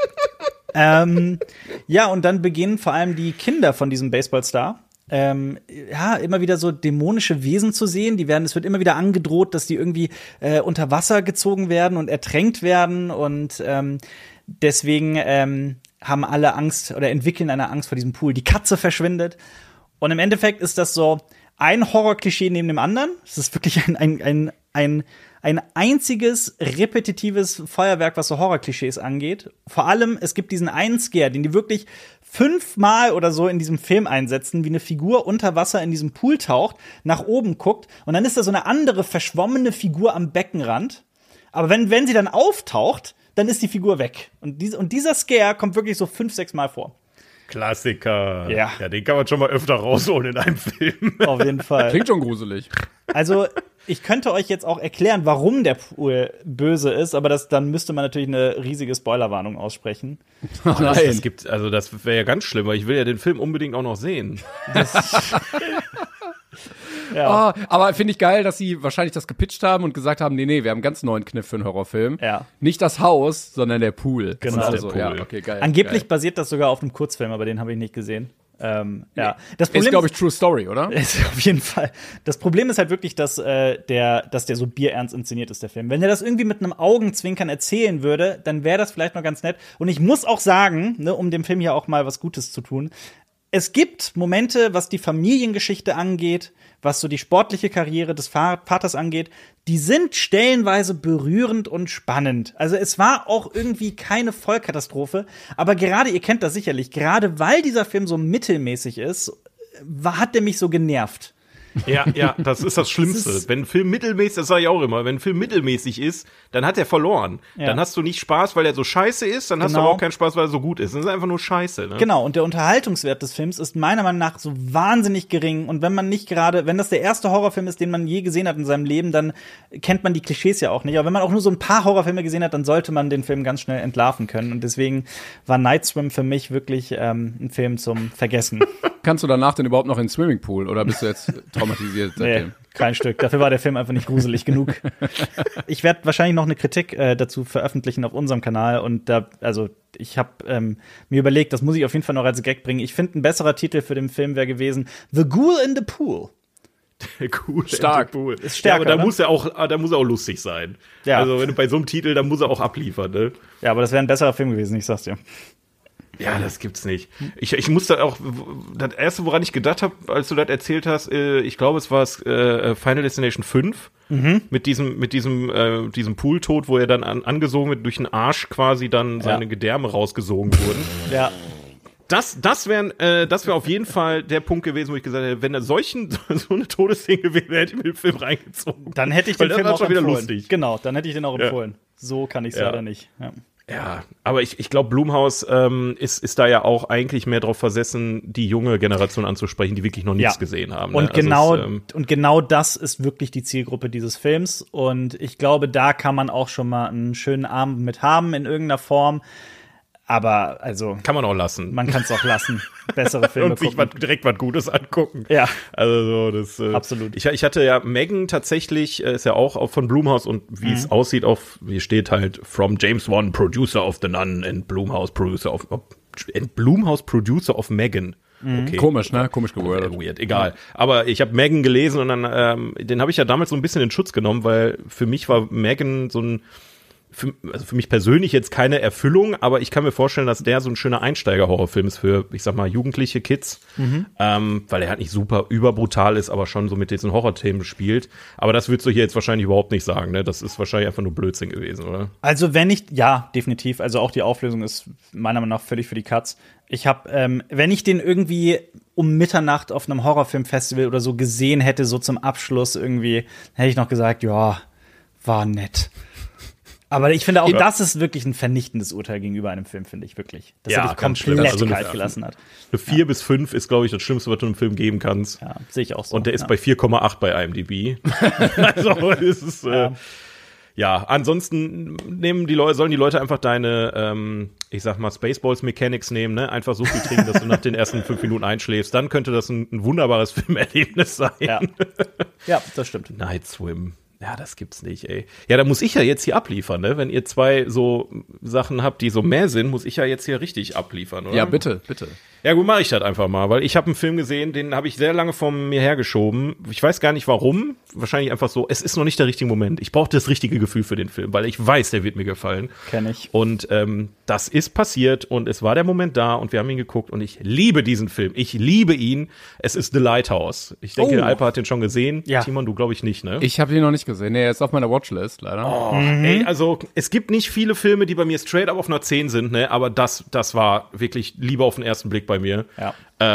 Ja, und dann beginnen vor allem die Kinder von diesem Baseballstar immer wieder so dämonische Wesen zu sehen. Es wird immer wieder angedroht, dass die irgendwie unter Wasser gezogen werden und ertränkt werden und deswegen haben alle Angst oder entwickeln eine Angst vor diesem Pool. Die Katze verschwindet. Und im Endeffekt ist das so ein Horrorklischee neben dem anderen. Es ist wirklich ein einziges repetitives Feuerwerk, was so Horrorklischees angeht. Vor allem, es gibt diesen einen Scare, den die wirklich 5-mal oder so in diesem Film einsetzen, wie eine Figur unter Wasser in diesem Pool taucht, nach oben guckt und dann ist da so eine andere verschwommene Figur am Beckenrand. Aber wenn sie dann auftaucht, dann ist die Figur weg. Und dieser Scare kommt wirklich so 5-6 Mal vor. Klassiker. Ja, den kann man schon mal öfter rausholen in einem Film. Auf jeden Fall. Klingt schon gruselig. Also, ich könnte euch jetzt auch erklären, warum der Pool böse ist, aber dann müsste man natürlich eine riesige Spoilerwarnung aussprechen. Nein. Das wäre ja ganz schlimm, weil ich will ja den Film unbedingt auch noch sehen. Ja. Oh, aber finde ich geil, dass sie wahrscheinlich das gepitcht haben und gesagt haben, nee, wir haben einen ganz neuen Kniff für einen Horrorfilm. Ja. Nicht das Haus, sondern der Pool. Genau. Also, der Pool. Ja, okay, geil. Angeblich basiert das sogar auf einem Kurzfilm, aber den habe ich nicht gesehen. Ja. Das Problem ist, glaube ich, True Story, oder? Ist auf jeden Fall. Das Problem ist halt wirklich, dass der so bierernst inszeniert ist, der Film. Wenn er das irgendwie mit einem Augenzwinkern erzählen würde, dann wäre das vielleicht noch ganz nett. Und ich muss auch sagen, um dem Film hier auch mal was Gutes zu tun, es gibt Momente, was die Familiengeschichte angeht, was so die sportliche Karriere des Vaters angeht, die sind stellenweise berührend und spannend. Also es war auch irgendwie keine Vollkatastrophe, aber gerade, ihr kennt das sicherlich, gerade weil dieser Film so mittelmäßig ist, hat der mich so genervt. Ja, das ist das Schlimmste. Wenn ein Film mittelmäßig, das sage ich auch immer, wenn ein Film mittelmäßig ist, dann hat er verloren. Ja. Dann hast du nicht Spaß, weil er so scheiße ist, dann hast du aber auch keinen Spaß, weil er so gut ist. Das ist einfach nur scheiße. Ne? Genau, und der Unterhaltungswert des Films ist meiner Meinung nach so wahnsinnig gering. Und wenn das der erste Horrorfilm ist, den man je gesehen hat in seinem Leben, dann kennt man die Klischees ja auch nicht. Aber wenn man auch nur so ein paar Horrorfilme gesehen hat, dann sollte man den Film ganz schnell entlarven können. Und deswegen war Night Swim für mich wirklich ein Film zum Vergessen. Kannst du danach denn überhaupt noch in den Swimmingpool oder bist du jetzt traumatisiert seitdem? Nee, kein Stück. Dafür war der Film einfach nicht gruselig genug. Ich werde wahrscheinlich noch eine Kritik dazu veröffentlichen auf unserem Kanal und ich habe mir überlegt, das muss ich auf jeden Fall noch als Gag bringen. Ich finde, ein besserer Titel für den Film wäre gewesen The Ghoul in the Pool. Cool, stark. Cool. Ist stärker, ja, aber da muss er auch lustig sein. Ja. Also wenn du bei so einem Titel, dann muss er auch abliefern, ne? Ja, aber das wäre ein besserer Film gewesen, ich sag's dir. Ja, das gibt's nicht. Ich musste auch, das erste, woran ich gedacht habe, als du das erzählt hast, ich glaube, es war Final Destination 5 mit diesem Pooltod, wo er dann angesogen wird, durch den Arsch quasi dann seine Gedärme rausgesogen wurden. Ja. Das wäre auf jeden Fall der Punkt gewesen, wo ich gesagt hätte, wenn da so eine Todesszene gewesen wäre, hätte ich mir den Film reingezogen. Dann hätte ich den Film auch wieder empfohlen. Lustig. Genau, dann hätte ich den auch empfohlen. So kann ich es leider nicht. Ja, aber ich glaube, Blumhouse ist da ja auch eigentlich mehr drauf versessen, die junge Generation anzusprechen, die wirklich noch nichts gesehen haben. Ne? Und genau das ist wirklich die Zielgruppe dieses Films. Und ich glaube, da kann man auch schon mal einen schönen Abend mit haben in irgendeiner Form. Aber also kann man auch lassen. Man kann es auch lassen. Bessere Filme und sich direkt was Gutes angucken. Ja. Also das absolut. Ich hatte ja Megan tatsächlich, ist ja auch von Blumhouse und wie es aussieht, hier steht halt from James Wan, Producer of The Nun and Blumhouse Producer of Megan. Okay. Komisch, ne? Komisch gewordet. Weird, egal. Aber ich habe Megan gelesen und dann den habe ich ja damals so ein bisschen in Schutz genommen, weil für mich war Megan so ein für mich persönlich jetzt keine Erfüllung, aber ich kann mir vorstellen, dass der so ein schöner Einsteiger-Horrorfilm ist für, ich sag mal, jugendliche Kids, weil er halt nicht super überbrutal ist, aber schon so mit diesen Horrorthemen spielt. Aber das würdest du hier jetzt wahrscheinlich überhaupt nicht sagen, ne? Das ist wahrscheinlich einfach nur Blödsinn gewesen, oder? Also ja, definitiv. Also auch die Auflösung ist meiner Meinung nach völlig für die Katz. Ich habe, wenn ich den irgendwie um Mitternacht auf einem Horrorfilmfestival oder so gesehen hätte, so zum Abschluss irgendwie, hätte ich noch gesagt, ja, war nett. Aber ich finde auch, das ist wirklich ein vernichtendes Urteil gegenüber einem Film, finde ich wirklich. Dass er dich komplett kalt gelassen hat. Eine 4 bis 5 ist, glaube ich, das Schlimmste, was du einem Film geben kannst. Ja, sehe ich auch so. Und der ist bei 4,8 bei IMDb. Also ist es ansonsten sollen die Leute einfach deine, ich sag mal, Spaceballs-Mechanics nehmen, ne? Einfach so viel trinken, dass du nach den ersten 5 Minuten einschläfst. Dann könnte das ein wunderbares Filmerlebnis sein. Ja, das stimmt. Night Swim. Ja, das gibt's nicht, ey. Ja, da muss ich ja jetzt hier abliefern, ne? Wenn ihr zwei so Sachen habt, die so mehr sind, muss ich ja jetzt hier richtig abliefern, oder? Ja, bitte. Ja, gut, mache ich das einfach mal, weil ich habe einen Film gesehen, den habe ich sehr lange von mir hergeschoben. Ich weiß gar nicht warum. Wahrscheinlich einfach so, es ist noch nicht der richtige Moment. Ich brauche das richtige Gefühl für den Film, weil ich weiß, der wird mir gefallen. Kenn ich. Und das ist passiert und es war der Moment da und wir haben ihn geguckt und ich liebe diesen Film. Ich liebe ihn. Es ist The Lighthouse. Ich denke, Alper hat den schon gesehen. Ja. Timon, du glaube ich nicht, ne? Ich habe den noch nicht gesehen. Nee, er ist auf meiner Watchlist, leider. Ey, also es gibt nicht viele Filme, die bei mir straight up auf einer 10 sind, ne? Aber das war wirklich Liebe auf den ersten Blick bei mir. Ja.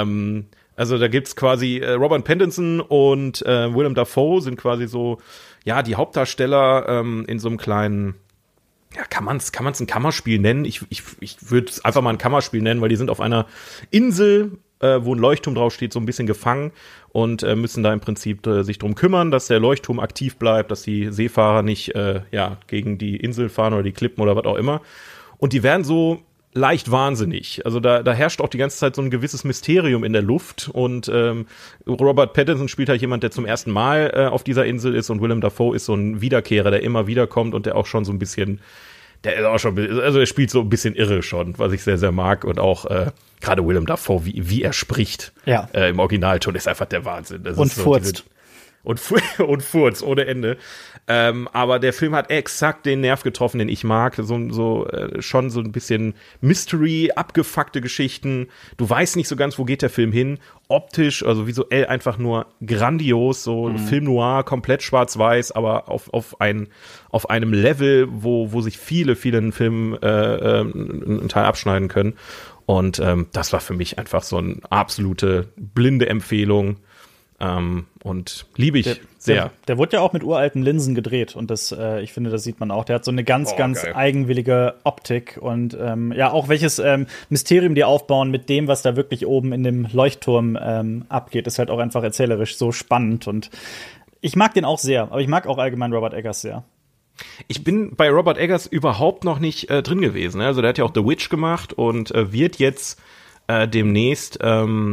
Also da gibt's quasi Robert Pattinson und Willem Dafoe sind quasi so, ja, die Hauptdarsteller in so einem kleinen, ja, kann man's ein Kammerspiel nennen? Ich würde es einfach mal ein Kammerspiel nennen, weil die sind auf einer Insel, wo ein Leuchtturm draufsteht, so ein bisschen gefangen und müssen da im Prinzip sich drum kümmern, dass der Leuchtturm aktiv bleibt, dass die Seefahrer nicht gegen die Insel fahren oder die Klippen oder was auch immer. Und die werden so leicht wahnsinnig. Also da herrscht auch die ganze Zeit so ein gewisses Mysterium in der Luft und Robert Pattinson spielt halt jemand, der zum ersten Mal auf dieser Insel ist und Willem Dafoe ist so ein Wiederkehrer, der immer wiederkommt und der auch schon so ein bisschen, der spielt so ein bisschen irre schon, was ich sehr, sehr mag und auch gerade Willem Dafoe, wie er spricht im Originalton, ist einfach der Wahnsinn. Das und ist so furzt. Und Furz ohne Ende. Aber der Film hat exakt den Nerv getroffen, den ich mag. Schon so ein bisschen Mystery, abgefuckte Geschichten. Du weißt nicht so ganz, wo geht der Film hin. Optisch, also visuell einfach nur grandios. So Film noir, komplett schwarz-weiß, aber auf einem Level, wo sich viele einen Film einen Teil abschneiden können. Und das war für mich einfach so eine absolute blinde Empfehlung. Und liebe ich sehr. Der wurde ja auch mit uralten Linsen gedreht und das, ich finde, das sieht man auch. Der hat so eine ganz geil. Eigenwillige Optik und auch welches Mysterium die aufbauen mit dem, was da wirklich oben in dem Leuchtturm abgeht, ist halt auch einfach erzählerisch so spannend und ich mag den auch sehr, aber ich mag auch allgemein Robert Eggers sehr. Ich bin bei Robert Eggers überhaupt noch nicht drin gewesen. Also der hat ja auch The Witch gemacht und wird jetzt demnächst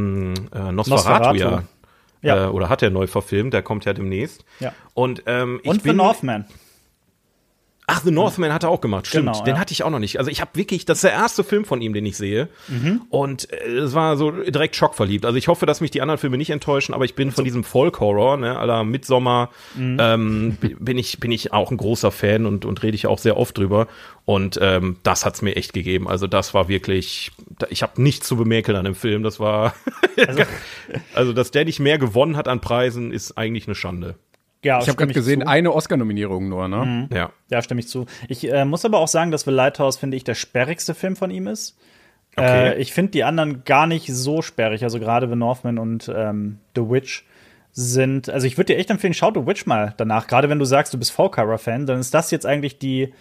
Nosferatu. Ja. Oder hat er neu verfilmt, der kommt ja demnächst. Ja. Und The Northman. Ach, The Northman hat er auch gemacht, stimmt. Genau, den hatte ich auch noch nicht. Also ich habe wirklich, das ist der erste Film von ihm, den ich sehe. Und es war so direkt schockverliebt. Also ich hoffe, dass mich die anderen Filme nicht enttäuschen, aber ich bin von diesem Folk-Horror, ne, à la Midsommar, bin ich auch ein großer Fan und rede ich auch sehr oft drüber. Und das hat's mir echt gegeben. Also das war wirklich, ich habe nichts zu bemäkeln an dem Film. Das war, also dass der nicht mehr gewonnen hat an Preisen, ist eigentlich eine Schande. Ja, ich habe gerade gesehen, eine Oscar-Nominierung nur, ne? Ja, stimme ich zu. Ich muss aber auch sagen, dass The Lighthouse, finde ich, der sperrigste Film von ihm ist. Okay. Ich finde die anderen gar nicht so sperrig. Also gerade The Northman und The Witch sind, also ich würde dir echt empfehlen, schau The Witch mal danach. Gerade wenn du sagst, du bist Folk-Horror-Fan, dann ist das jetzt eigentlich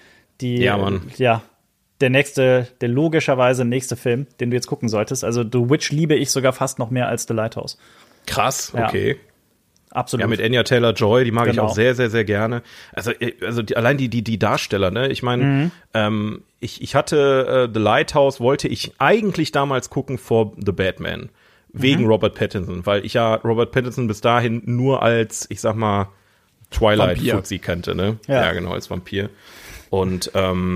der logischerweise nächste Film, den du jetzt gucken solltest. Also The Witch liebe ich sogar fast noch mehr als The Lighthouse. Krass, okay. Ja. Absolut. Ja, mit Anya Taylor-Joy, die mag ich Genau. auch sehr, sehr, sehr gerne. Also allein die Darsteller, ne? Ich meine, ich hatte The Lighthouse, wollte ich eigentlich damals gucken vor The Batman. Wegen Robert Pattinson, weil ich ja Robert Pattinson bis dahin nur als, ich sag mal, Twilight-Fuzzi kannte, ne? Ja, genau, als Vampir. Und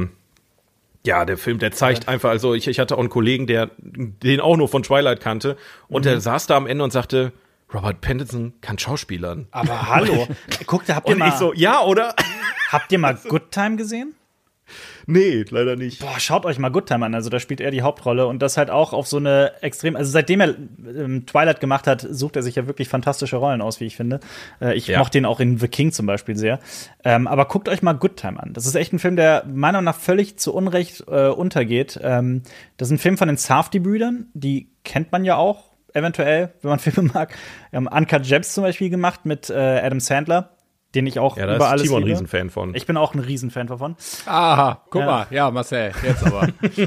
ja, der Film, der zeigt einfach, also ich hatte auch einen Kollegen, der den auch nur von Twilight kannte und der saß da am Ende und sagte, Robert Pattinson kann Schauspielern. Aber hallo, guckt, habt Und ich so, ja, oder? ihr mal Good Time gesehen? Nee, leider nicht. Boah, schaut euch mal Good Time an. Also da spielt er die Hauptrolle und das halt auch auf so eine extrem, also seitdem er Twilight gemacht hat, sucht er sich ja wirklich fantastische Rollen aus, wie ich finde. Ich mochte ihn auch in The King zum Beispiel sehr. Aber guckt euch mal Good Time an. Das ist echt ein Film, der meiner Meinung nach völlig zu Unrecht untergeht. Das ist ein Film von den Safdie-Brüdern, die kennt man ja auch. Eventuell, wenn man Filme mag. Uncut Gems zum Beispiel gemacht mit Adam Sandler, den ich auch über alles liebe. Ja, da ist Timon ein liebe. Riesenfan von. Ich bin auch ein Riesenfan davon. Aha, guck mal. Ja, Marcel, jetzt aber.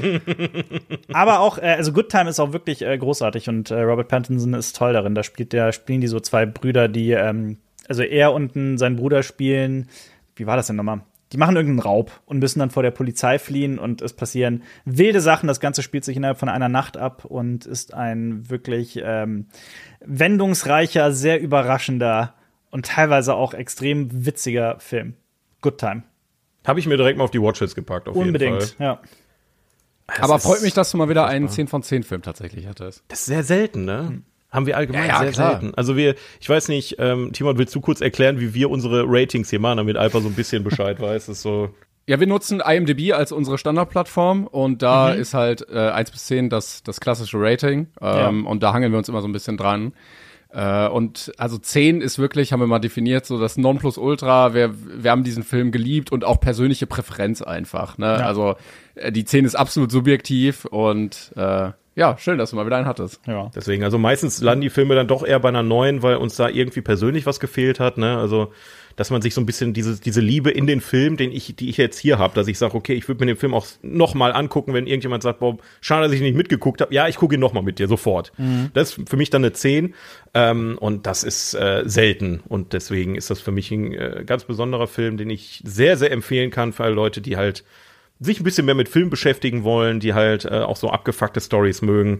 Aber auch, also Good Time ist auch wirklich großartig und Robert Pattinson ist toll darin. Da spielen die so zwei Brüder, die, also er und sein Bruder spielen, wie war das denn nochmal? Die machen irgendeinen Raub und müssen dann vor der Polizei fliehen und es passieren wilde Sachen. Das Ganze spielt sich innerhalb von einer Nacht ab und ist ein wirklich wendungsreicher, sehr überraschender und teilweise auch extrem witziger Film. Good Time. Habe ich mir direkt mal auf die Watchlist gepackt, auf jeden Fall. Unbedingt, ja. Aber freut mich, dass du mal wieder einen 10 von 10 Film tatsächlich hattest. Das ist sehr selten, ne? Haben wir allgemein Ja, sehr klar. selten. Also ich weiß nicht, Timon, willst du kurz erklären, wie wir unsere Ratings hier machen, damit Alpha so ein bisschen Bescheid weiß? Das ist so. Ja, wir nutzen IMDb als unsere Standardplattform und da ist halt 1 bis 10 das klassische Rating und da hangeln wir uns immer so ein bisschen dran. Und also 10 ist wirklich, haben wir mal definiert, so das Nonplusultra. Wir haben diesen Film geliebt und auch persönliche Präferenz einfach. Ne? Ja. Also die 10 ist absolut subjektiv und ja, schön, dass du mal wieder einen hattest. Ja. Deswegen, also meistens landen die Filme dann doch eher bei einer 9, weil uns da irgendwie persönlich was gefehlt hat, ne? Also, dass man sich so ein bisschen diese Liebe in den Film, die ich jetzt hier habe, dass ich sage, okay, ich würde mir den Film auch noch mal angucken, wenn irgendjemand sagt, boah, schade, dass ich nicht mitgeguckt habe. Ja, ich gucke ihn noch mal mit dir, sofort. Das ist für mich dann eine 10 und das ist selten und deswegen ist das für mich ein ganz besonderer Film, den ich sehr, sehr empfehlen kann für alle Leute, die halt sich ein bisschen mehr mit Film beschäftigen wollen, die halt auch so abgefuckte Storys mögen.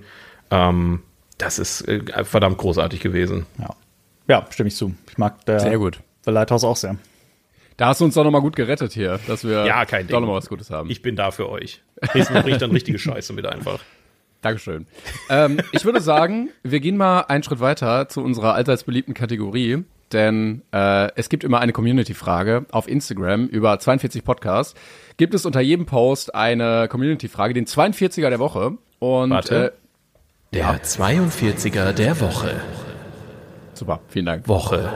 Das ist verdammt großartig gewesen. Ja, stimme ich zu. Ich mag Sehr gut. The Lighthouse auch sehr. Da hast du uns doch noch mal gut gerettet hier, dass wir Ja, kein doch Ding. noch mal was Gutes haben. Ich bin da für euch. Nächstes Mal bringe ich dann richtige Scheiße mit einfach. Dankeschön. Ich würde sagen, wir gehen mal einen Schritt weiter zu unserer allseits beliebten Kategorie, denn es gibt immer eine Community-Frage auf Instagram über 42 Podcasts. Gibt es unter jedem Post eine Community-Frage, den 42er der Woche. Und Warte. Der 42er der Woche. super, vielen Dank. Woche.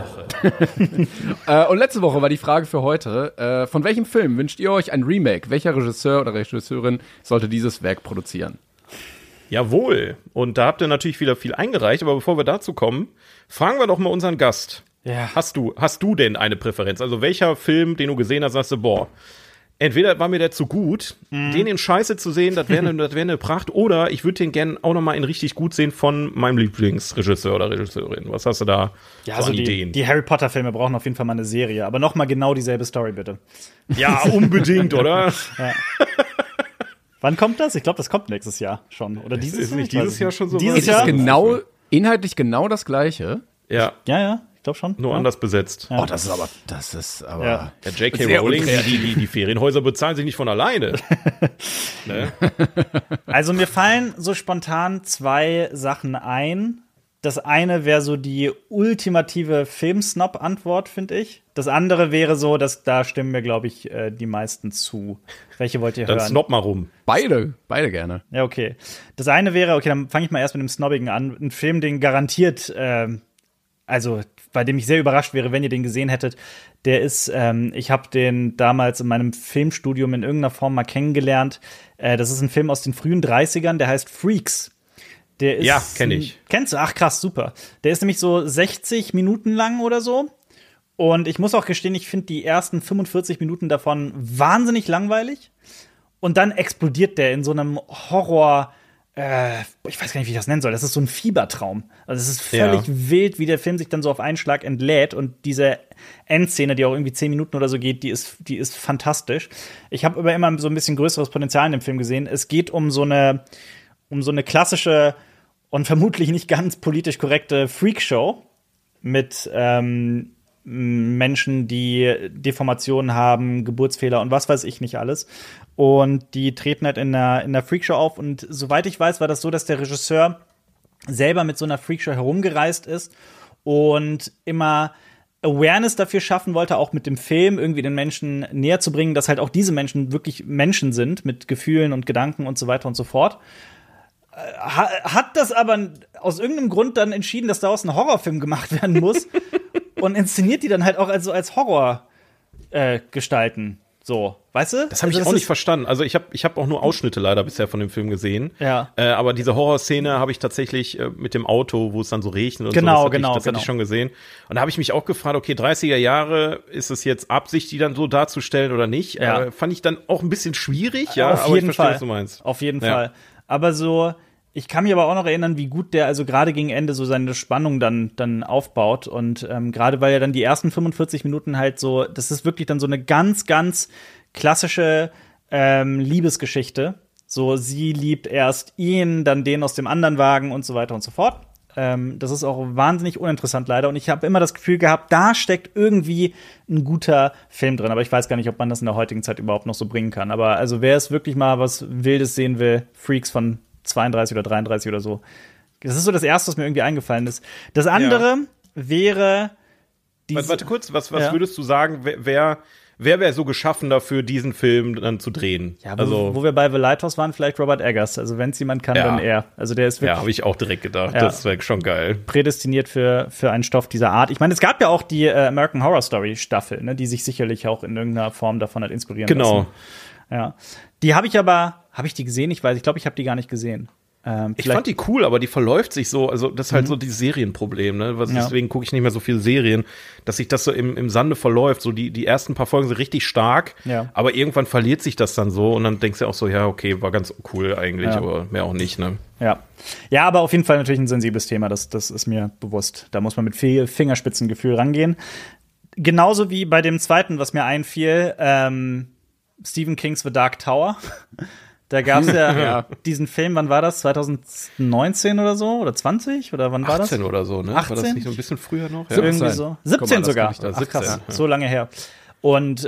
Und letzte Woche war die Frage für heute, von welchem Film wünscht ihr euch ein Remake? Welcher Regisseur oder Regisseurin sollte dieses Werk produzieren? Jawohl. Und da habt ihr natürlich wieder viel eingereicht, aber bevor wir dazu kommen, fragen wir doch mal unseren Gast. Ja. Hast du denn eine Präferenz? Also welcher Film, den du gesehen hast, sagst du, boah, entweder war mir der zu gut, den in Scheiße zu sehen, das wäre eine Pracht, oder ich würde den gerne auch noch mal in richtig gut sehen von meinem Lieblingsregisseur oder Regisseurin. Was hast du da Ja, so also an Ideen? die Harry Potter Filme brauchen auf jeden Fall mal eine Serie, aber noch mal genau dieselbe Story bitte. Ja, unbedingt, oder? Wann kommt das? Ich glaube, das kommt nächstes Jahr schon. Oder dieses ist Jahr? nicht Ich weiß dieses Jahr schon so Dieses weit? Es Jahr? ist inhaltlich genau das Gleiche. Ja. Ja, Ich glaube schon. Nur anders besetzt. Ja. Oh, das ist aber. Ja, J.K. Rowling, die Ferienhäuser bezahlen sich nicht von alleine. Ne? Also mir fallen so spontan 2 Sachen ein. Das eine wäre so die ultimative Film-Snob-Antwort, finde ich. Das andere wäre so, dass da stimmen mir, glaube ich, die meisten zu. Welche wollt ihr hören? Dann snob mal rum. Beide gerne. Ja, okay. Das eine wäre, okay, dann fange ich mal erst mit dem Snobbigen an. Ein Film, den garantiert, also bei dem ich sehr überrascht wäre, wenn ihr den gesehen hättet. Der ist, ich habe den damals in meinem Filmstudium in irgendeiner Form mal kennengelernt. Das ist ein Film aus den frühen 30ern, der heißt Freaks. Der ist, ja, kenne ich. Kennst du? Ach krass, super. Der ist nämlich so 60 Minuten lang oder so. Und ich muss auch gestehen, ich finde die ersten 45 Minuten davon wahnsinnig langweilig. Und dann explodiert der in so einem Horror, ich weiß gar nicht, wie ich das nennen soll. Das ist so ein Fiebertraum. Also es ist völlig wild, wie der Film sich dann so auf einen Schlag entlädt. Und diese Endszene, die auch irgendwie 10 Minuten oder so geht, die ist fantastisch. Ich habe aber immer so ein bisschen größeres Potenzial in dem Film gesehen. Es geht um so eine klassische und vermutlich nicht ganz politisch korrekte Freakshow mit Menschen, die Deformationen haben, Geburtsfehler und was weiß ich nicht alles. Und die treten halt in einer Freakshow auf. Und soweit ich weiß, war das so, dass der Regisseur selber mit so einer Freakshow herumgereist ist und immer Awareness dafür schaffen wollte, auch mit dem Film irgendwie den Menschen näher zu bringen, dass halt auch diese Menschen wirklich Menschen sind mit Gefühlen und Gedanken und so weiter und so fort. Hat das aber aus irgendeinem Grund dann entschieden, dass daraus ein Horrorfilm gemacht werden muss und inszeniert die dann halt auch als Horror gestalten. So, weißt du? Das habe ich auch nicht verstanden. Also ich hab auch nur Ausschnitte leider bisher von dem Film gesehen. Ja. Aber diese Horrorszene habe ich tatsächlich mit dem Auto, wo es dann so regnet und genau, so, das hatte ich schon gesehen. Und da habe ich mich auch gefragt, okay, 30er Jahre, ist es jetzt Absicht, die dann so darzustellen oder nicht? Ja. Fand ich dann auch ein bisschen schwierig, ja. Auf aber jeden ich verstehe, Fall. was du meinst. Auf jeden Fall. Aber so, ich kann mich aber auch noch erinnern, wie gut der also gerade gegen Ende so seine Spannung dann aufbaut. Und gerade weil ja dann die ersten 45 Minuten halt so, das ist wirklich dann so eine ganz, ganz klassische Liebesgeschichte. So, sie liebt erst ihn, dann den aus dem anderen Wagen und so weiter und so fort. Das ist auch wahnsinnig uninteressant leider. Und ich habe immer das Gefühl gehabt, da steckt irgendwie ein guter Film drin. Aber ich weiß gar nicht, ob man das in der heutigen Zeit überhaupt noch so bringen kann. Aber also wer es wirklich mal was Wildes sehen will, Freaks von 32 oder 33 oder so. Das ist so das Erste, was mir irgendwie eingefallen ist. Das andere wäre Warte kurz, was würdest du sagen, wer wäre so geschaffen dafür, diesen Film dann zu drehen? Ja, wo wir bei The Lighthouse waren, vielleicht Robert Eggers. Also wenn es jemand kann, dann er. Also der ist wirklich. Ja, habe ich auch direkt gedacht. Ja. Das wäre schon geil. Prädestiniert für einen Stoff dieser Art. Ich meine, es gab ja auch die American Horror Story Staffel, ne, die sich sicherlich auch in irgendeiner Form davon hat inspirieren lassen. Ja. Die habe ich die gesehen? Ich glaube, ich habe die gar nicht gesehen. Ich fand die cool, aber die verläuft sich so, also das ist halt so dieses Serienproblem, ne? Deswegen gucke ich nicht mehr so viele Serien, dass sich das so im Sande verläuft. So die ersten paar Folgen sind richtig stark, aber irgendwann verliert sich das dann so und dann denkst du auch so, ja, okay, war ganz cool eigentlich, aber mehr auch nicht, ne? Ja, aber auf jeden Fall natürlich ein sensibles Thema, das ist mir bewusst. Da muss man mit viel Fingerspitzengefühl rangehen. Genauso wie bei dem zweiten, was mir einfiel, Stephen Kings The Dark Tower. Da gab es ja diesen Film, wann war das? 2019 oder so? Oder 20? Oder wann war das? 18 oder so, ne? 18? War das nicht so ein bisschen früher noch? Ja. Irgendwie so. 17 sogar. Ach, krass, so lange her. Und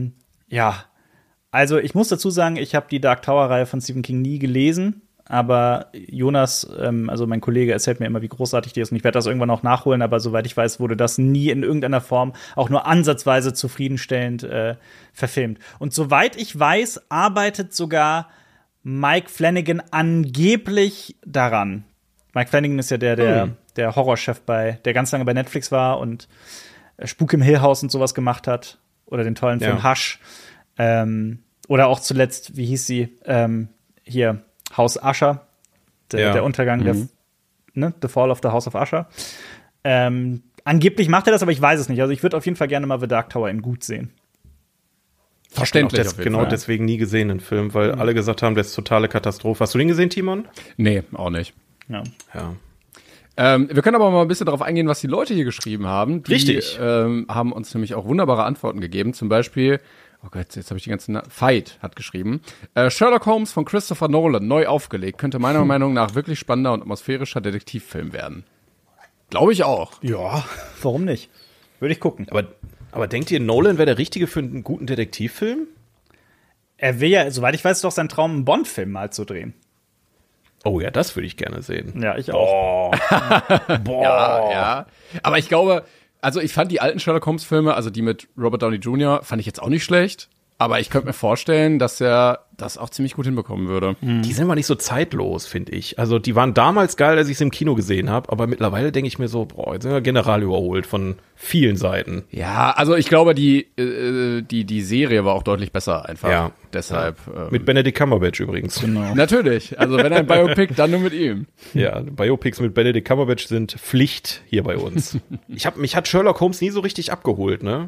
also ich muss dazu sagen, ich habe die Dark Tower-Reihe von Stephen King nie gelesen. Aber Jonas, also mein Kollege, erzählt mir immer, wie großartig die ist. Und ich werde das irgendwann auch nachholen. Aber soweit ich weiß, wurde das nie in irgendeiner Form auch nur ansatzweise zufriedenstellend verfilmt. Und soweit ich weiß, arbeitet sogar Mike Flanagan angeblich daran. Mike Flanagan ist ja der Horrorchef der ganz lange bei Netflix war und Spuk im Hill House und sowas gemacht hat. Oder den tollen Film Hush. Oder auch zuletzt, wie hieß sie? Hier, Haus Usher. Der Untergang, The Fall of the House of Usher. Angeblich macht er das, aber ich weiß es nicht. Also ich würde auf jeden Fall gerne mal The Dark Tower in gut sehen. Verständlich. Genau deswegen nie gesehen, den Film, weil alle gesagt haben, der ist totale Katastrophe. Hast du den gesehen, Timon? Nee, auch nicht. Ja. Wir können aber mal ein bisschen darauf eingehen, was die Leute hier geschrieben haben. Die, Richtig. Haben uns nämlich auch wunderbare Antworten gegeben. Zum Beispiel, oh Gott, jetzt habe ich die ganzen Veit hat geschrieben. Sherlock Holmes von Christopher Nolan, neu aufgelegt. Könnte meiner Meinung nach wirklich spannender und atmosphärischer Detektivfilm werden. Glaube ich auch. Ja, warum nicht? Würde ich gucken. Aber denkt ihr, Nolan wäre der Richtige für einen guten Detektivfilm? Er will ja, soweit ich weiß, doch sein Traum, einen Bond-Film mal zu drehen. Oh ja, das würde ich gerne sehen. Ja, ich auch. Boah. Ja. Aber ich glaube, also ich fand die alten Sherlock Holmes-Filme, also die mit Robert Downey Jr., fand ich jetzt auch nicht schlecht. Aber ich könnte mir vorstellen, dass er das auch ziemlich gut hinbekommen würde. Die sind aber nicht so zeitlos, finde ich. Also die waren damals geil, als ich sie im Kino gesehen habe. Aber mittlerweile denke ich mir so, boah, jetzt sind wir general überholt von vielen Seiten. Ja, also ich glaube, die Serie war auch deutlich besser einfach. Ja. Deshalb. Mit Benedict Cumberbatch übrigens. Genau. Natürlich. Also wenn ein Biopic, dann nur mit ihm. Ja, Biopics mit Benedict Cumberbatch sind Pflicht hier bei uns. Mich hat Sherlock Holmes nie so richtig abgeholt, ne?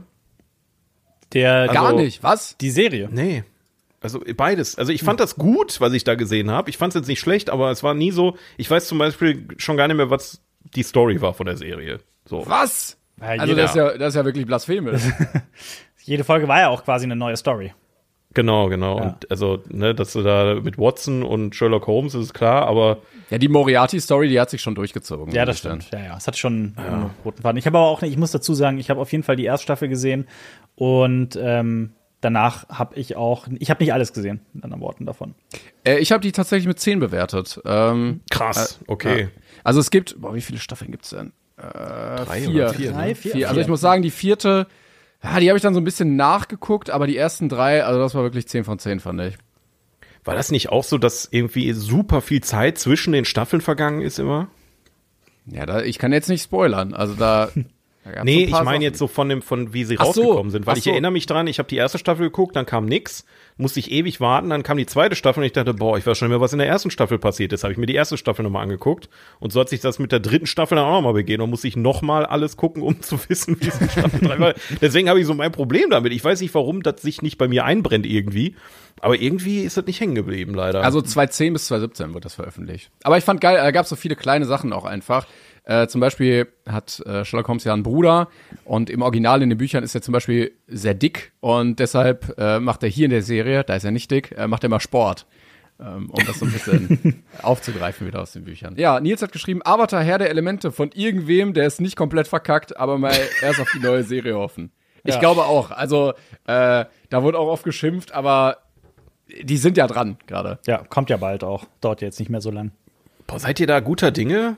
Gar nicht, was? Die Serie. Nee. Also beides. Also ich fand das gut, was ich da gesehen habe. Ich fand es jetzt nicht schlecht, aber es war nie so. Ich weiß zum Beispiel schon gar nicht mehr, was die Story war von der Serie. So. Was? Ja, Also das ist ja wirklich blasphemisch. Jede Folge war ja auch quasi eine neue Story. Genau. Ja. Und also, ne, dass du da mit Watson und Sherlock Holmes ist klar, aber Ja, die Moriarty-Story, die hat sich schon durchgezogen. Ja, das stimmt. Ja. Es hat schon einen roten Faden. Ich habe aber auch, ich muss dazu sagen, ich habe auf jeden Fall die Erststaffel gesehen und danach habe ich nicht alles gesehen, in anderen Worten davon. Ich habe die tatsächlich mit 10 bewertet. krass, okay. Ja. Also es gibt, wie viele Staffeln gibt's denn? 3 4. oder 4, ne? 4. Also ich muss sagen, die 4, die habe ich dann so ein bisschen nachgeguckt, aber die ersten 3, also das war wirklich 10 von 10, fand ich. War das nicht auch so, dass irgendwie super viel Zeit zwischen den Staffeln vergangen ist immer? Ja, ich kann jetzt nicht spoilern. Also da gab's Nee, so ein paar ich meine Sachen. jetzt so von wie sie Ach so, rausgekommen sind. Weil ach ich so. erinnere mich dran, ich habe die erste Staffel geguckt, dann kam nix, musste ich ewig warten, dann kam die zweite Staffel und ich dachte, boah, ich weiß schon nicht mehr, was in der ersten Staffel passiert ist. Habe ich mir die erste Staffel nochmal angeguckt und so hat sich das mit der dritten Staffel dann auch nochmal begeben und musste ich nochmal alles gucken, um zu wissen, wie es in Staffel 3 war. Deswegen habe ich so mein Problem damit. Ich weiß nicht, warum das sich nicht bei mir einbrennt irgendwie, aber irgendwie ist das nicht hängen geblieben, leider. Also 2010 bis 2017 wird das veröffentlicht. Aber ich fand geil, da gab es so viele kleine Sachen auch einfach. Zum Beispiel hat Sherlock Holmes ja einen Bruder und im Original in den Büchern ist er zum Beispiel sehr dick und deshalb macht er hier in der Serie, da ist er nicht dick, macht er mal Sport, um das so ein bisschen aufzugreifen wieder aus den Büchern. Ja, Nils hat geschrieben, Avatar, Herr der Elemente von irgendwem, der ist nicht komplett verkackt, aber mal erst auf die neue Serie hoffen. Ich glaube auch, also da wurde auch oft geschimpft, aber die sind ja dran gerade. Ja, kommt ja bald auch. Dauert jetzt nicht mehr so lang. boah, seid ihr da guter Dinge?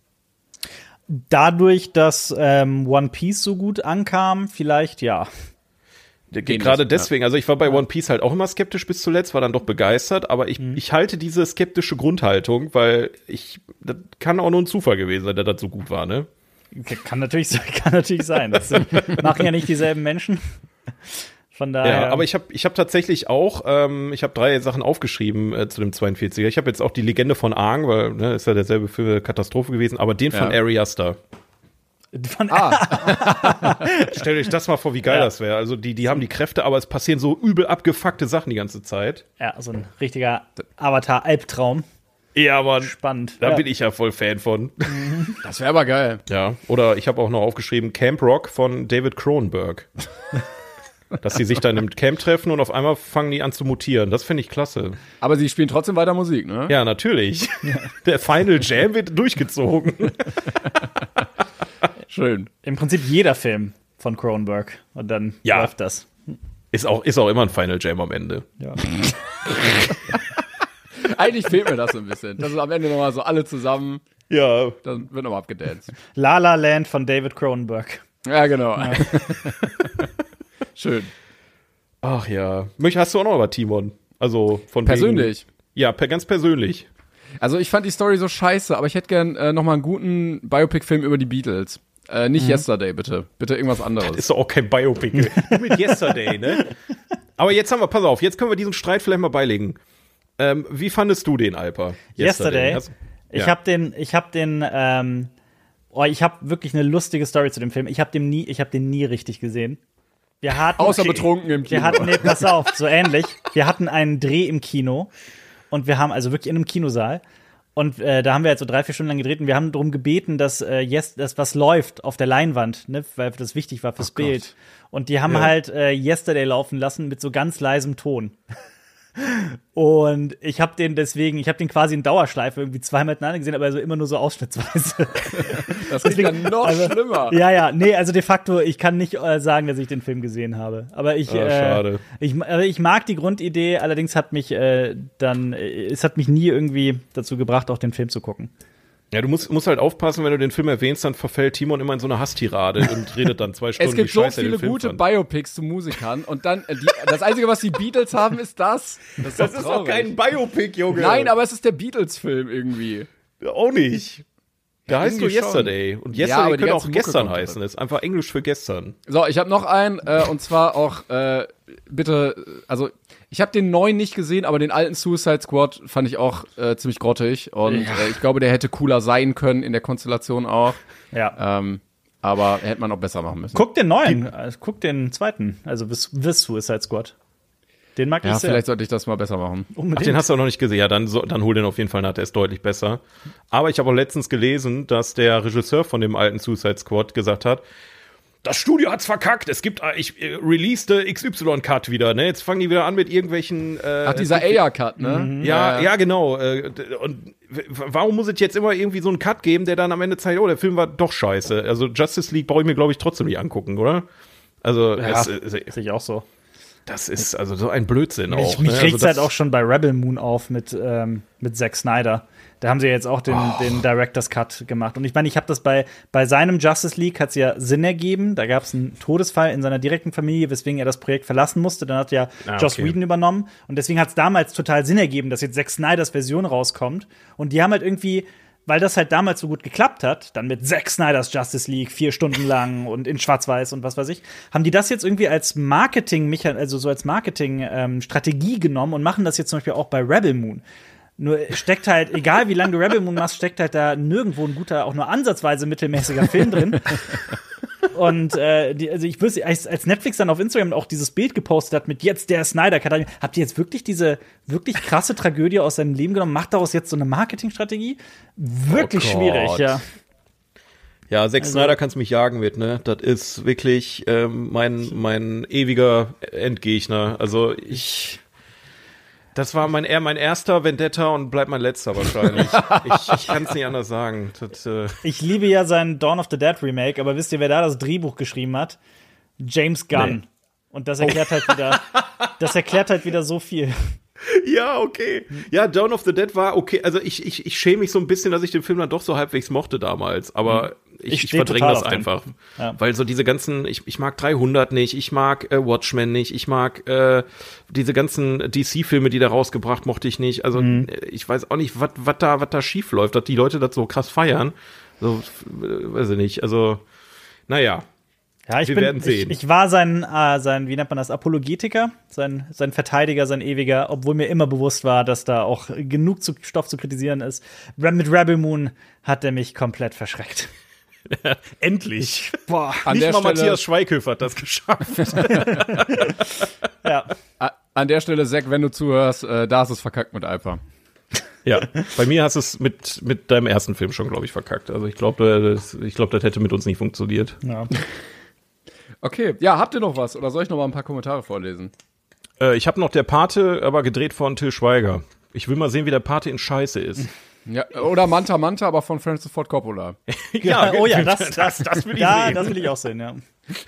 Dadurch, dass One Piece so gut ankam, vielleicht ja. Gerade deswegen, also ich war bei One Piece halt auch immer skeptisch bis zuletzt, war dann doch begeistert, aber ich halte diese skeptische Grundhaltung, weil das kann auch nur ein Zufall gewesen sein, dass das so gut war, ne? Kann natürlich sein. Das machen ja nicht dieselben Menschen. Von daher. Ja, aber ich hab tatsächlich auch, ich habe 3 Sachen aufgeschrieben zu dem 42er. Ich habe jetzt auch die Legende von Aang, weil, ne, ist ja derselbe Film, Katastrophe gewesen, aber den von Ari Aster. Stellt euch das mal vor, wie geil das wäre. Also die haben die Kräfte, aber es passieren so übel abgefuckte Sachen die ganze Zeit. Ja, so ein richtiger Avatar-Albtraum. Ja, aber Spannend. Da bin ich ja voll Fan von. Das wäre aber geil. Ja, oder ich habe auch noch aufgeschrieben Camp Rock von David Cronenberg. Dass sie sich dann im Camp treffen und auf einmal fangen die an zu mutieren. Das finde ich klasse. Aber sie spielen trotzdem weiter Musik, ne? Ja, natürlich. Der Final Jam wird durchgezogen. Schön. Im Prinzip jeder Film von Cronenberg. Und dann läuft das. Ist auch immer ein Final Jam am Ende. Ja. Eigentlich fehlt mir das so ein bisschen. Das ist am Ende nochmal so alle zusammen. Ja. Dann wird nochmal abgedanced. La La Land von David Cronenberg. Ja, genau. Ja. Schön. Ach ja. Hast du auch noch was, Timon? Also von Persönlich? Wegen, ja, ganz persönlich. Also ich fand die Story so scheiße, aber ich hätte gern noch mal einen guten Biopic-Film über die Beatles. Nicht Yesterday, bitte. Bitte irgendwas anderes. Das ist doch auch kein Biopic. Du mit Yesterday, ne? Aber jetzt haben wir, pass auf, jetzt können wir diesen Streit vielleicht mal beilegen. Wie fandest du den, Alper? Yesterday? Ich habe wirklich eine lustige Story zu dem Film. Ich habe den nie richtig gesehen. Außer betrunken im Kino. Pass auf, so ähnlich. Wir hatten einen Dreh im Kino und wir haben also wirklich in einem Kinosaal und da haben wir halt so 3-4 Stunden lang gedreht und wir haben darum gebeten, dass das was läuft auf der Leinwand, ne, weil das wichtig war fürs Bild. Und die haben halt Yesterday laufen lassen mit so ganz leisem Ton. Und ich habe den quasi in Dauerschleife irgendwie zweimal miteinander gesehen, aber also immer nur so ausschnittsweise. Das klingt ja noch schlimmer. Ja, nee, also de facto, ich kann nicht sagen, dass ich den Film gesehen habe. Aber schade. Ich mag die Grundidee, allerdings es hat mich nie irgendwie dazu gebracht, auch den Film zu gucken. Ja, du musst halt aufpassen, wenn du den Film erwähnst, dann verfällt Timon immer in so eine Hasstirade und redet dann 2 Stunden. Es gibt wie so scheiße viele gute Biopics zu Musikern und dann, das Einzige, was die Beatles haben, ist das. Das ist doch kein Biopic, Junge. Nein, aber es ist der Beatles-Film irgendwie. Auch nicht. Da heißt nur Yesterday. Schon. Und Yesterday aber könnte auch gestern heißen. Das ist einfach Englisch für gestern. So, ich habe noch einen, und zwar auch, bitte, also, ich habe den neuen nicht gesehen, aber den alten Suicide Squad fand ich auch ziemlich grottig. Und ich glaube, der hätte cooler sein können in der Konstellation auch. Ja. Aber hätte man auch besser machen müssen. Guck den neuen, guck den zweiten, also The Suicide Squad. Den mag ich sehr. Ja, vielleicht sollte ich das mal besser machen. Unbedingt. Ach, den hast du auch noch nicht gesehen. Ja, dann hol den auf jeden Fall nach, der ist deutlich besser. Aber ich habe auch letztens gelesen, dass der Regisseur von dem alten Suicide Squad gesagt hat, das Studio hat's verkackt. Ich released XY-Cut wieder, ne? Jetzt fangen die wieder an mit irgendwelchen dieser Aya-Cut, ne? Ja, genau. Und warum muss es jetzt immer irgendwie so einen Cut geben, der dann am Ende zeigt, oh, der Film war doch scheiße. Also Justice League brauche ich mir, glaube ich, trotzdem nicht angucken, oder? Also, sehe ich auch so. Das ist also so ein Blödsinn auch. Mich regt's halt auch schon bei Rebel Moon auf mit Zack Snyder. Da haben sie ja jetzt auch den Director's Cut gemacht. Und ich meine, ich habe das bei seinem Justice League hat's ja Sinn ergeben. Da gab es einen Todesfall in seiner direkten Familie, weswegen er das Projekt verlassen musste. Dann hat ja Joss Whedon übernommen. Und deswegen hat's damals total Sinn ergeben, dass jetzt Zack Snyders Version rauskommt. Und die haben halt irgendwie, weil das halt damals so gut geklappt hat, dann mit Zack Snyders Justice League 4 Stunden lang und in Schwarz-Weiß und was weiß ich, haben die das jetzt irgendwie als Marketing-Strategie genommen und machen das jetzt zum Beispiel auch bei Rebel Moon. Nur steckt halt, egal wie lange du Rebel Moon machst, steckt halt da nirgendwo ein guter, auch nur ansatzweise mittelmäßiger Film drin. Und ich wüsste, als Netflix dann auf Instagram auch dieses Bild gepostet hat mit jetzt der Snyder-Cut, habt ihr jetzt wirklich diese wirklich krasse Tragödie aus seinem Leben genommen? Macht daraus jetzt so eine Marketingstrategie? Wirklich schwierig, ja. Ja, Zack Snyder kann's mich jagen mit, ne? Das ist wirklich mein ewiger Endgegner. Also das war mein erster Vendetta und bleibt mein letzter wahrscheinlich. Ich kann es nicht anders sagen. Ich liebe ja sein Dawn of the Dead Remake, aber wisst ihr, wer da das Drehbuch geschrieben hat? James Gunn. Nee. Und das erklärt halt wieder so viel. Ja, okay. Ja, Dawn of the Dead war okay. Also ich schäme mich so ein bisschen, dass ich den Film dann doch so halbwegs mochte damals. Aber ich verdränge das einfach. Ja. Weil so diese ganzen, ich mag 300 nicht, ich mag Watchmen nicht, ich mag diese ganzen DC-Filme, die da rausgebracht, mochte ich nicht. Also ich weiß auch nicht, was da schief läuft, dass die Leute das so krass feiern. So, weiß ich nicht. Also, naja. Ja, wir werden sehen. Ich war sein, wie nennt man das, Apologetiker, sein Verteidiger, sein Ewiger, obwohl mir immer bewusst war, dass da auch genug Stoff zu kritisieren ist. Mit Rebel Moon hat er mich komplett verschreckt. Endlich. Boah. Nicht mal Matthias Schweighöfer hat das geschafft. Ja. An der Stelle, Zack, wenn du zuhörst, da hast du es verkackt mit Alpha. Ja, bei mir hast du es mit deinem ersten Film schon, glaube ich, verkackt. Also ich glaube, das hätte mit uns nicht funktioniert. Ja. Okay, ja, habt ihr noch was? Oder soll ich noch mal ein paar Kommentare vorlesen? Ich habe noch der Pate, aber gedreht von Til Schweiger. Ich will mal sehen, wie der Pate in Scheiße ist. Ja, oder Manta, aber von Francis Ford Coppola. Ja, oh ja, das will ich sehen. Das will ich auch sehen, ja.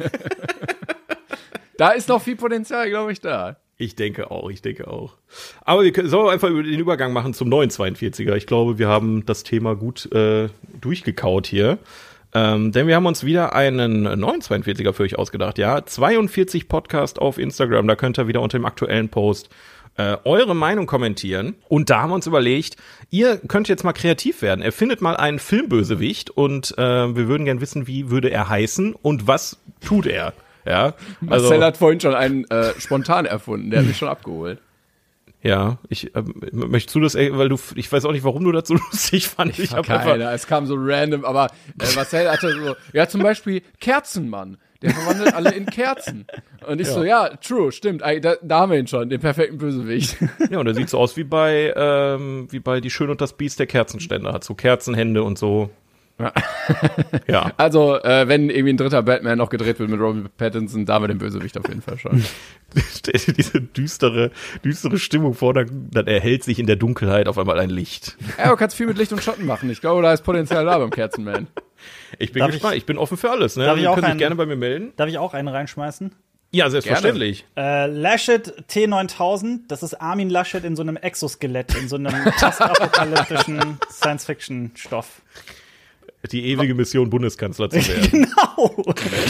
Da ist noch viel Potenzial, glaube ich, da. Ich denke auch. Aber sollen wir einfach den Übergang machen zum neuen 42er. Ich glaube, wir haben das Thema gut durchgekaut hier. Denn wir haben uns wieder einen neuen 42er für euch ausgedacht. Ja, 42 Podcast auf Instagram. Da könnt ihr wieder unter dem aktuellen Post eure Meinung kommentieren. Und da haben wir uns überlegt, ihr könnt jetzt mal kreativ werden. Erfindet mal einen Filmbösewicht und wir würden gern wissen, wie würde er heißen und was tut er. Ja, also Marcel hat vorhin schon einen spontan erfunden. Der hat mich schon abgeholt. Ja, möchtest du das, weil ich weiß auch nicht, warum du das so lustig fandest. Ich hab einfach, es kam so random, aber Marcel hatte so, ja, zum Beispiel Kerzenmann. Der verwandelt alle in Kerzen. Und ich so, ja, true, stimmt. Da haben wir ihn schon, den perfekten Bösewicht. Ja, und der sieht so aus wie bei Die Schöne und das Biest, der Kerzenständer hat. So Kerzenhände und so. Ja. Also, wenn irgendwie ein dritter Batman noch gedreht wird mit Robert Pattinson, da haben wir den Bösewicht auf jeden Fall schon. Stell dir diese düstere Stimmung vor, dann erhellt sich in der Dunkelheit auf einmal ein Licht. Ja, du kannst viel mit Licht und Schatten machen. Ich glaube, da ist Potenzial da beim Kerzenman. Ich bin gespannt, ich bin offen für alles. Ne? Darf ich auch können sich gerne bei mir melden. Darf ich auch einen reinschmeißen? Ja, selbstverständlich. Laschet T9000, das ist Armin Laschet in so einem Exoskelett, in so einem postapokalyptischen Science-Fiction-Stoff. Die ewige Mission, Bundeskanzler zu werden. Genau!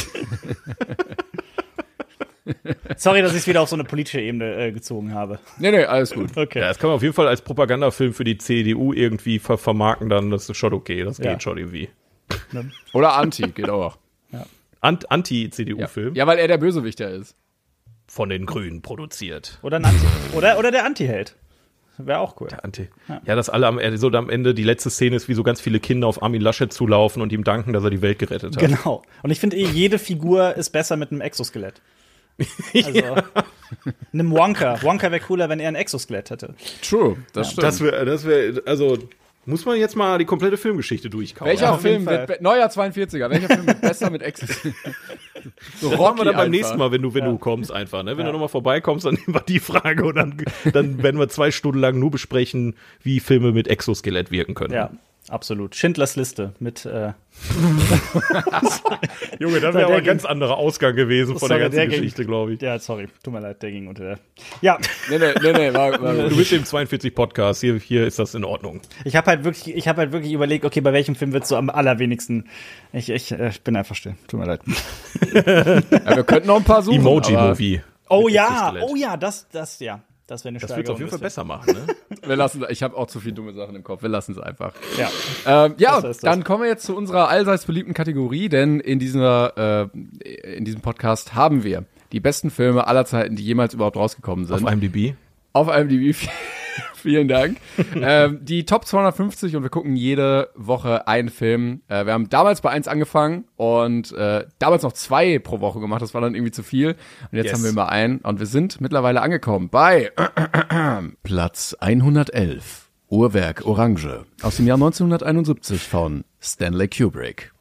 Sorry, dass ich es wieder auf so eine politische Ebene gezogen habe. Nee, alles gut. Okay. Ja, das kann man auf jeden Fall als Propagandafilm für die CDU irgendwie vermarkten, dann das ist schon okay, das geht schon irgendwie. Oder Anti, geht auch. Anti-CDU-Film. Ja, weil er der Bösewicht ist. Von den Grünen produziert. Oder ein Anti oder der Anti-Held. Wäre auch cool. Der Anti. Ja, dass alle am Ende, die letzte Szene ist, wie so ganz viele Kinder auf Armin Laschet zulaufen und ihm danken, dass er die Welt gerettet hat. Genau. Und ich finde jede Figur ist besser mit einem Exoskelett. Also, einem Wonka. Wonka wäre cooler, wenn er ein Exoskelett hätte. True, das stimmt. Das wäre, also, muss man jetzt mal die komplette Filmgeschichte durchkauen. Welcher Film wird, neuer 42er, welcher Film wird besser mit Exos? So das machen wir dann beim einfach. nächsten Mal, wenn du kommst einfach. Ne? Wenn du nochmal vorbeikommst, dann nehmen wir die Frage und dann werden wir 2 Stunden lang nur besprechen, wie Filme mit Exoskelett wirken können. Ja, absolut. Schindlers Liste mit Junge, das wäre aber ein ganz anderer Ausgang gewesen von der ganzen Geschichte, glaube ich. Ja, sorry. Tut mir leid, der ging unter der. Ja. Nee, war Du bist im 42-Podcast, hier ist das in Ordnung. Ich habe halt wirklich überlegt, okay, bei welchem Film wird's so am allerwenigsten. Ich bin einfach still. Tut mir leid. Ja, wir könnten noch ein paar suchen. Emoji-Movie. Oh ja, das wäre eine Das Steigerung. wird es auf jeden Fall besser machen, ne? Ich habe auch zu viele dumme Sachen im Kopf. Wir lassen es einfach. Ja. Dann kommen wir jetzt zu unserer allseits beliebten Kategorie, denn in diesem Podcast haben wir die besten Filme aller Zeiten, die jemals überhaupt rausgekommen sind. Auf IMDb. Auf IMDb. Vielen Dank. Die Top 250 und wir gucken jede Woche einen Film. Wir haben damals bei 1 angefangen und damals noch 2 pro Woche gemacht. Das war dann irgendwie zu viel. Und jetzt haben wir immer einen und wir sind mittlerweile angekommen bei Platz 111. Uhrwerk Orange aus dem Jahr 1971 von Stanley Kubrick.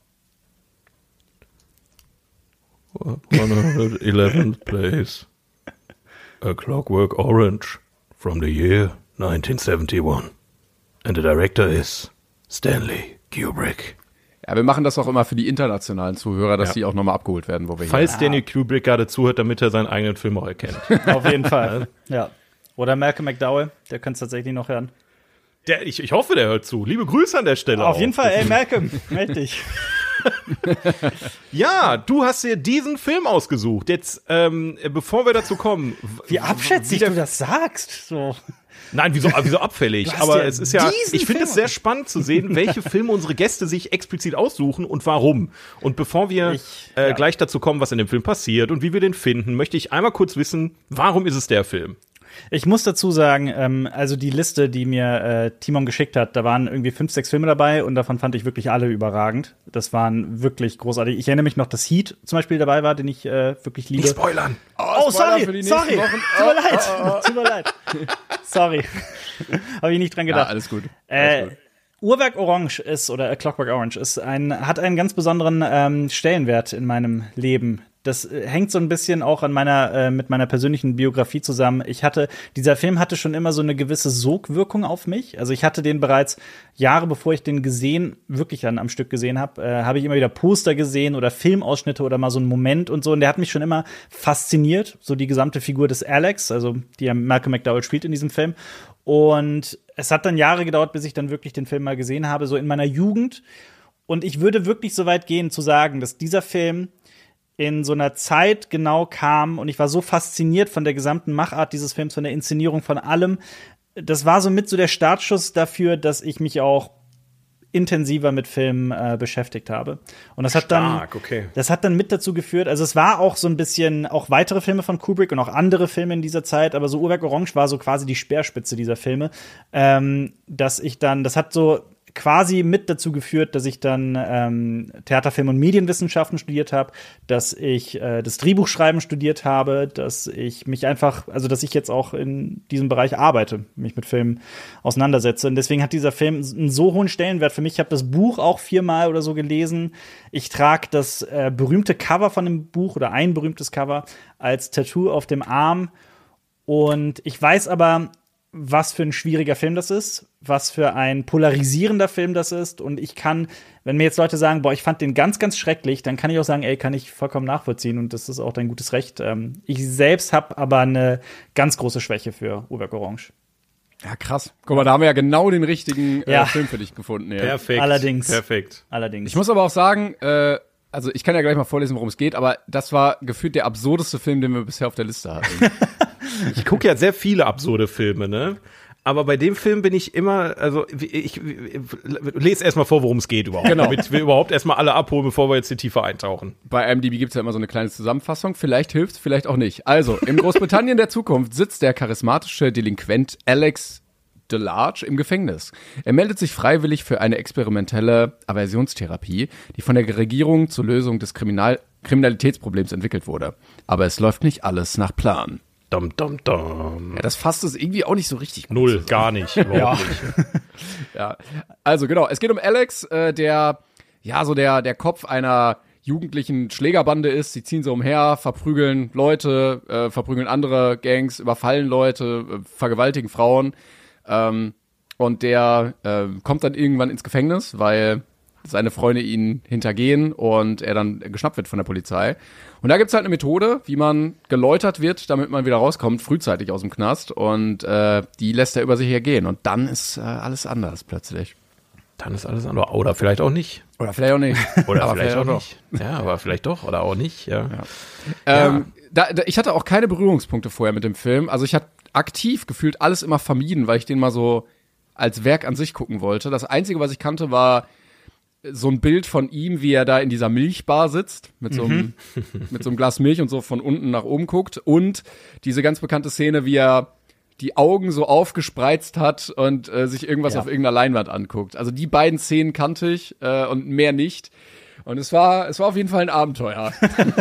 111th place. A Clockwork Orange from the year 1971. And the director is Stanley Kubrick. Ja, wir machen das auch immer für die internationalen Zuhörer, dass die auch nochmal abgeholt werden, wo wir Falls Stanley Kubrick gerade zuhört, damit er seinen eigenen Film auch erkennt. Auf jeden Fall. Ja. Oder Malcolm McDowell, der könnte es tatsächlich noch hören. Ich hoffe, der hört zu. Liebe Grüße an der Stelle. Auf jeden Fall, ey, Malcolm, meld dich. Ja, du hast dir diesen Film ausgesucht. Jetzt, bevor wir dazu kommen. Wie abschätzig du das sagst. So. Nein, wieso abfällig? Aber es ist ja, ich finde es sehr spannend zu sehen, welche Filme unsere Gäste sich explizit aussuchen und warum. Und bevor wir gleich dazu kommen, was in dem Film passiert und wie wir den finden, möchte ich einmal kurz wissen, warum ist es der Film? Ich muss dazu sagen, also die Liste, die mir Timon geschickt hat, da waren irgendwie 5, 6 Filme dabei und davon fand ich wirklich alle überragend. Das waren wirklich großartig. Ich erinnere mich noch, dass Heat zum Beispiel dabei war, den ich wirklich liebe. Nicht spoilern! Oh, sorry! Tut mir leid. Sorry. Habe ich nicht dran gedacht. Ja, alles gut. Uhrwerk Orange oder A Clockwork Orange hat einen ganz besonderen Stellenwert in meinem Leben. Das hängt so ein bisschen auch an mit meiner persönlichen Biografie zusammen. Dieser Film hatte schon immer so eine gewisse Sogwirkung auf mich. Also ich hatte den bereits Jahre bevor ich den wirklich dann am Stück gesehen habe, habe ich immer wieder Poster gesehen oder Filmausschnitte oder mal so einen Moment und so. Und der hat mich schon immer fasziniert. So die gesamte Figur des Alex, also die ja Malcolm McDowell spielt in diesem Film. Und es hat dann Jahre gedauert, bis ich dann wirklich den Film mal gesehen habe, so in meiner Jugend. Und ich würde wirklich so weit gehen zu sagen, dass dieser Film in so einer Zeit genau kam und ich war so fasziniert von der gesamten Machart dieses Films, von der Inszenierung, von allem. Das war so mit so der Startschuss dafür, dass ich mich auch intensiver mit Filmen beschäftigt habe. Und das hat dann mit dazu geführt, also es war auch so ein bisschen auch weitere Filme von Kubrick und auch andere Filme in dieser Zeit, aber so Uhrwerk Orange war so quasi die Speerspitze dieser Filme, dass ich dann, das hat so quasi mit dazu geführt, dass ich dann Theater, Film und Medienwissenschaften studiert habe, dass ich das Drehbuchschreiben studiert habe, dass ich jetzt auch in diesem Bereich arbeite, mich mit Filmen auseinandersetze. Und deswegen hat dieser Film einen so hohen Stellenwert für mich. Ich habe das Buch auch 4-mal oder so gelesen. Ich trage das berühmte Cover von dem Buch oder ein berühmtes Cover als Tattoo auf dem Arm. Und ich weiß aber, was für ein schwieriger Film das ist, was für ein polarisierender Film das ist. Und ich kann, wenn mir jetzt Leute sagen, boah, ich fand den ganz, ganz schrecklich, dann kann ich auch sagen, ey, kann ich vollkommen nachvollziehen. Und das ist auch dein gutes Recht. Ich selbst habe aber eine ganz große Schwäche für Uhrwerk Orange. Ja, krass. Guck mal, da haben wir ja genau den richtigen Film für dich gefunden. Ja. Perfekt. Allerdings. Ich muss aber auch sagen, also ich kann ja gleich mal vorlesen, worum es geht, aber das war gefühlt der absurdeste Film, den wir bisher auf der Liste hatten. Ich gucke ja sehr viele absurde Filme, ne? Aber bei dem Film bin ich immer, also ich lese erstmal vor, worum es geht überhaupt. Genau. Damit wir überhaupt erstmal alle abholen, bevor wir jetzt hier tiefer eintauchen. Bei IMDb gibt's ja immer so eine kleine Zusammenfassung. Vielleicht hilft's, vielleicht auch nicht. Also, in Großbritannien der Zukunft sitzt der charismatische Delinquent Alex DeLarge im Gefängnis. Er meldet sich freiwillig für eine experimentelle Aversionstherapie, die von der Regierung zur Lösung des Kriminalitätsproblems entwickelt wurde. Aber es läuft nicht alles nach Plan. Dum, dum, dum. Ja, das fasst es irgendwie auch nicht so richtig gut. Null, gar nicht. Überhaupt nicht. Ja, also genau, es geht um Alex, der Kopf einer jugendlichen Schlägerbande ist. Sie ziehen so umher, verprügeln Leute, verprügeln andere Gangs, überfallen Leute, vergewaltigen Frauen. Und der kommt dann irgendwann ins Gefängnis, weil seine Freunde ihn hintergehen und er dann geschnappt wird von der Polizei. Und da gibt's halt eine Methode, wie man geläutert wird, damit man wieder rauskommt, frühzeitig aus dem Knast. Und die lässt er über sich ergehen. Und dann ist alles anders plötzlich. Dann ist alles anders. Oder vielleicht auch nicht. Oder vielleicht auch nicht. Oder aber vielleicht auch nicht. Ja, aber vielleicht doch oder auch nicht. Ja. Ich hatte auch keine Berührungspunkte vorher mit dem Film. Also ich hatte aktiv gefühlt alles immer vermieden, weil ich den mal so als Werk an sich gucken wollte. Das Einzige, was ich kannte, war so ein Bild von ihm, wie er da in dieser Milchbar sitzt, mit so einem Glas Milch und so von unten nach oben guckt. Und diese ganz bekannte Szene, wie er die Augen so aufgespreizt hat und sich irgendwas auf irgendeiner Leinwand anguckt. Also die beiden Szenen kannte ich und mehr nicht. Und es war auf jeden Fall ein Abenteuer.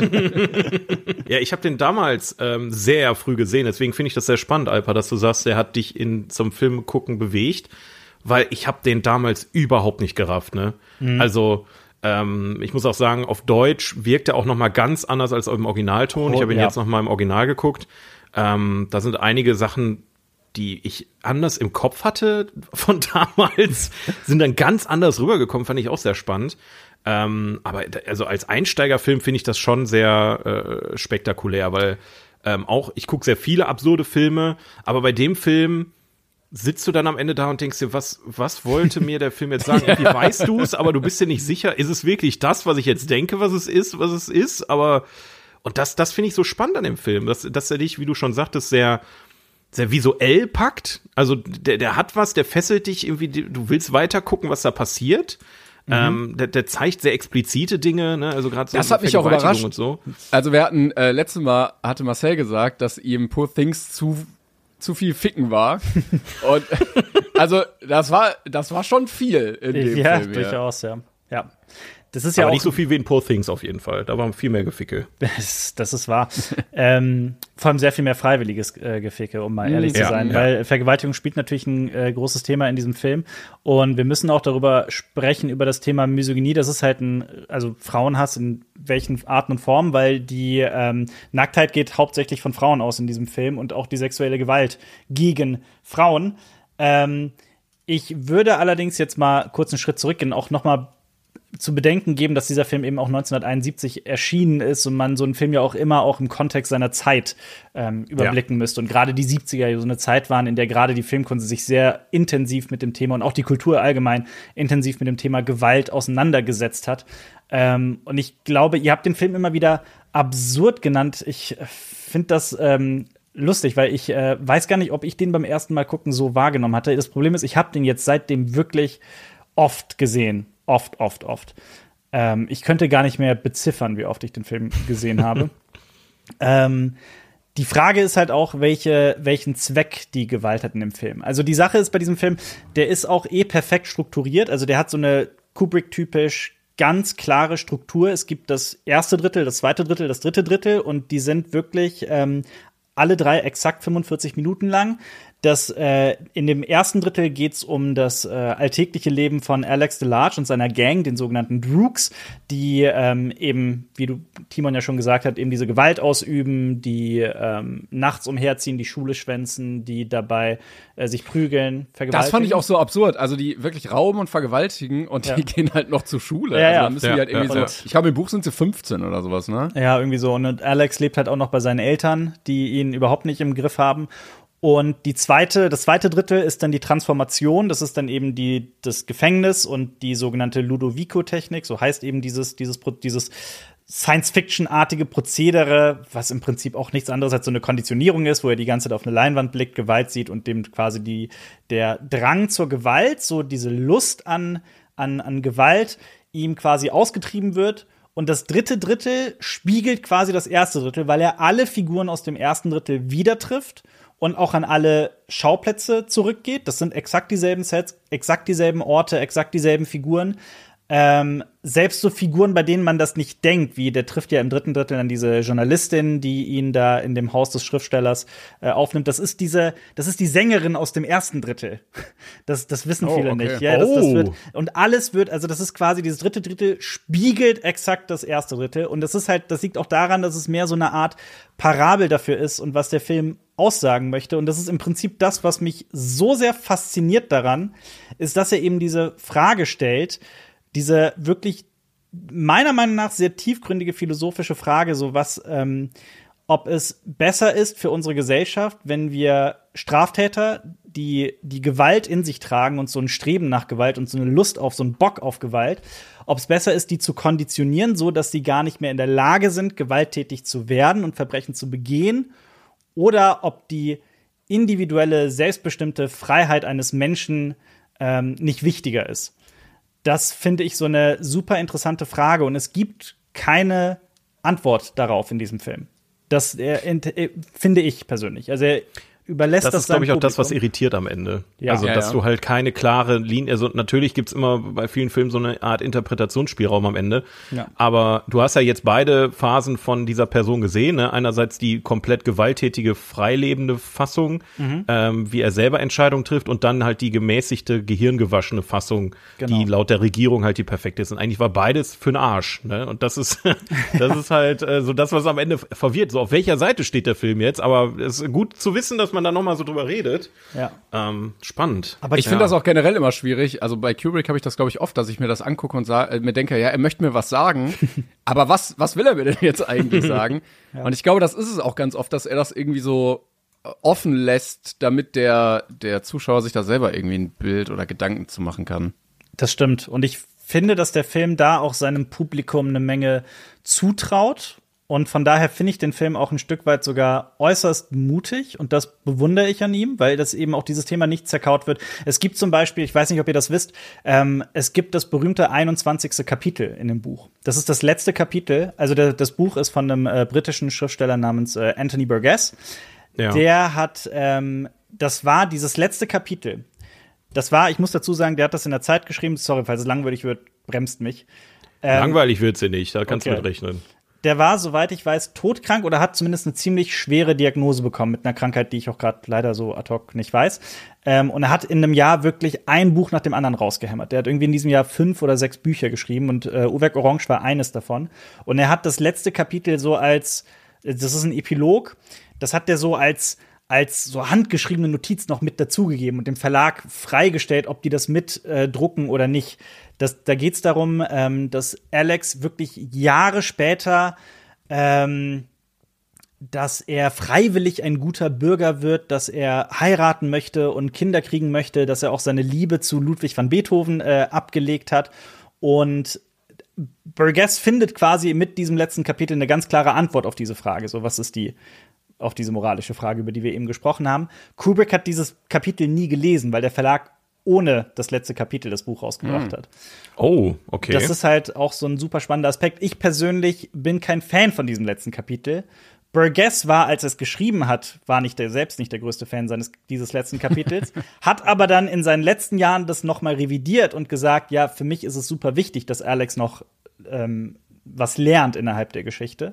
Ja, ich habe den damals sehr früh gesehen. Deswegen finde ich das sehr spannend, Alper, dass du sagst, der hat dich zum Film gucken bewegt. Weil ich habe den damals überhaupt nicht gerafft, ne? Mhm. Also ich muss auch sagen, auf Deutsch wirkt er auch noch mal ganz anders als im Originalton. Ich habe ihn jetzt noch mal im Original geguckt. Da sind einige Sachen, die ich anders im Kopf hatte von damals, sind dann ganz anders rübergekommen, fand ich auch sehr spannend. Aber also als Einsteigerfilm finde ich das schon sehr spektakulär, weil auch, ich gucke sehr viele absurde Filme, aber bei dem Film sitzt du dann am Ende da und denkst dir, was wollte mir der Film jetzt sagen? Irgendwie weißt du es, aber du bist dir nicht sicher, ist es wirklich das, was ich jetzt denke, was es ist, aber und das finde ich so spannend an dem Film, dass er dich, wie du schon sagtest, sehr, sehr visuell packt. Also der hat was, der fesselt dich irgendwie, du willst weiter gucken, was da passiert. Der zeigt sehr explizite Dinge, ne? Also gerade so. Das hat mich auch überrascht. Und so. Also wir hatten, letztes Mal hatte Marcel gesagt, dass ihm Poor Things zu viel Ficken war. Und also das war schon viel in dem Film. Ja, durchaus, ja. Das ist aber ja auch nicht so viel wie in Poor Things auf jeden Fall. Da war viel mehr Geficke. Das ist wahr. Vor allem sehr viel mehr freiwilliges Geficke, um mal ehrlich zu sein. Weil Vergewaltigung spielt natürlich ein großes Thema in diesem Film. Und wir müssen auch darüber sprechen, über das Thema Misogynie. Das ist halt also Frauenhass in welchen Arten und Formen, weil die Nacktheit geht hauptsächlich von Frauen aus in diesem Film und auch die sexuelle Gewalt gegen Frauen. Ich würde allerdings jetzt mal kurz einen Schritt zurückgehen, auch noch mal zu bedenken geben, dass dieser Film eben auch 1971 erschienen ist und man so einen Film ja auch immer auch im Kontext seiner Zeit überblicken müsste. Und gerade die 70er so eine Zeit waren, in der gerade die Filmkunst sich sehr intensiv mit dem Thema und auch die Kultur allgemein intensiv mit dem Thema Gewalt auseinandergesetzt hat. Und ich glaube, ihr habt den Film immer wieder absurd genannt. Ich finde das lustig, weil ich weiß gar nicht, ob ich den beim ersten Mal gucken so wahrgenommen hatte. Das Problem ist, ich habe den jetzt seitdem wirklich oft gesehen. Oft. Ich könnte gar nicht mehr beziffern, wie oft ich den Film gesehen habe. die Frage ist halt auch, welchen Zweck die Gewalt hat in dem Film. Also die Sache ist bei diesem Film, der ist auch perfekt strukturiert. Also der hat so eine Kubrick-typisch ganz klare Struktur. Es gibt das erste Drittel, das zweite Drittel, das dritte Drittel und die sind wirklich alle drei exakt 45 Minuten lang. In dem ersten Drittel geht's um das alltägliche Leben von Alex DeLarge und seiner Gang, den sogenannten Droogs, die eben, wie Timon ja schon gesagt hat, eben diese Gewalt ausüben, die nachts umherziehen, die Schule schwänzen, die dabei sich prügeln, vergewaltigen. Das fand ich auch so absurd. Also die wirklich rauben und vergewaltigen und die gehen halt noch zur Schule. Ja, also dann müssen die halt irgendwie so. Ich glaube, im Buch sind sie 15 oder sowas, ne? Ja, irgendwie so. Und Alex lebt halt auch noch bei seinen Eltern, die ihn überhaupt nicht im Griff haben. Und das zweite Drittel ist dann die Transformation. Das ist dann eben das Gefängnis und die sogenannte Ludovico-Technik. So heißt eben dieses Science-Fiction-artige Prozedere, was im Prinzip auch nichts anderes als so eine Konditionierung ist, wo er die ganze Zeit auf eine Leinwand blickt, Gewalt sieht und dem quasi der Drang zur Gewalt, so diese Lust an Gewalt ihm quasi ausgetrieben wird. Und das dritte Drittel spiegelt quasi das erste Drittel, weil er alle Figuren aus dem ersten Drittel wieder trifft und auch an alle Schauplätze zurückgeht. Das sind exakt dieselben Sets, exakt dieselben Orte, exakt dieselben Figuren. Selbst so Figuren, bei denen man das nicht denkt, wie der trifft ja im dritten Drittel an diese Journalistin, die ihn da in dem Haus des Schriftstellers aufnimmt. Das ist die Sängerin aus dem ersten Drittel. Das wissen viele nicht. Ja, und alles wird, also das ist quasi dieses dritte Drittel spiegelt exakt das erste Drittel. Und das liegt auch daran, dass es mehr so eine Art Parabel dafür ist und was der Film aussagen möchte. Und das ist im Prinzip das, was mich so sehr fasziniert daran, ist, dass er eben diese Frage stellt, diese wirklich meiner Meinung nach sehr tiefgründige philosophische Frage, so ob es besser ist für unsere Gesellschaft, wenn wir Straftäter, die Gewalt in sich tragen und so ein Streben nach Gewalt und so eine Lust auf, so einen Bock auf Gewalt, ob es besser ist, die zu konditionieren, so dass sie gar nicht mehr in der Lage sind, gewalttätig zu werden und Verbrechen zu begehen, oder ob die individuelle, selbstbestimmte Freiheit eines Menschen nicht wichtiger ist. Das finde ich so eine super interessante Frage und es gibt keine Antwort darauf in diesem Film. Das finde ich persönlich. Also er überlässt das ist, glaube ich, auch das, was irritiert am Ende. Ja. Also, dass du halt keine klare Linie, also natürlich gibt's immer bei vielen Filmen so eine Art Interpretationsspielraum am Ende. Ja. Aber du hast ja jetzt beide Phasen von dieser Person gesehen, ne? Einerseits die komplett gewalttätige, freilebende Fassung, wie er selber Entscheidungen trifft, und dann halt die gemäßigte, gehirngewaschene Fassung, die laut der Regierung halt die perfekte ist. Und eigentlich war beides für den Arsch, ne? Und das ist halt so das, was am Ende verwirrt. So, auf welcher Seite steht der Film jetzt? Aber es ist gut zu wissen, dass man da noch mal so drüber redet. Ja. Spannend. Aber ich finde das auch generell immer schwierig. Also bei Kubrick habe ich das, glaube ich, oft, dass ich mir das angucke und mir denke, ja, er möchte mir was sagen, aber was will er mir denn jetzt eigentlich sagen? Ja. Und ich glaube, das ist es auch ganz oft, dass er das irgendwie so offen lässt, damit der Zuschauer sich da selber irgendwie ein Bild oder Gedanken zu machen kann. Das stimmt. Und ich finde, dass der Film da auch seinem Publikum eine Menge zutraut. Und von daher finde ich den Film auch ein Stück weit sogar äußerst mutig. Und das bewundere ich an ihm, weil das eben auch dieses Thema nicht zerkaut wird. Es gibt zum Beispiel, ich weiß nicht, ob ihr das wisst, es gibt das berühmte 21. Kapitel in dem Buch. Das ist das letzte Kapitel. Also das Buch ist von einem britischen Schriftsteller namens Anthony Burgess. Ja. Der hat, das war dieses letzte Kapitel. Das war, ich muss dazu sagen, der hat das in der Zeit geschrieben. Sorry, falls es langweilig wird, bremst mich. Langweilig wird's ja nicht, da kannst du mit rechnen. Der war, soweit ich weiß, todkrank oder hat zumindest eine ziemlich schwere Diagnose bekommen mit einer Krankheit, die ich auch gerade leider so ad hoc nicht weiß. Und er hat in einem Jahr wirklich ein Buch nach dem anderen rausgehämmert. Der hat irgendwie in diesem Jahr 5 oder 6 Bücher geschrieben und Uhrwerk Orange war eines davon. Und er hat das letzte Kapitel so das ist ein Epilog, das hat der so als so handgeschriebene Notiz noch mit dazugegeben und dem Verlag freigestellt, ob die das mit drucken oder nicht. Da geht's darum, dass Alex wirklich Jahre später, dass er freiwillig ein guter Bürger wird, dass er heiraten möchte und Kinder kriegen möchte, dass er auch seine Liebe zu Ludwig van Beethoven abgelegt hat. Und Burgess findet quasi mit diesem letzten Kapitel eine ganz klare Antwort auf diese Frage. So, was ist auf diese moralische Frage, über die wir eben gesprochen haben. Kubrick hat dieses Kapitel nie gelesen, weil der Verlag ohne das letzte Kapitel das Buch rausgebracht hat. Oh, okay. Das ist halt auch so ein super spannender Aspekt. Ich persönlich bin kein Fan von diesem letzten Kapitel. Burgess war, als er es geschrieben hat, selbst nicht der größte Fan dieses letzten Kapitels, hat aber dann in seinen letzten Jahren das noch mal revidiert und gesagt, ja, für mich ist es super wichtig, dass Alex noch was lernt innerhalb der Geschichte.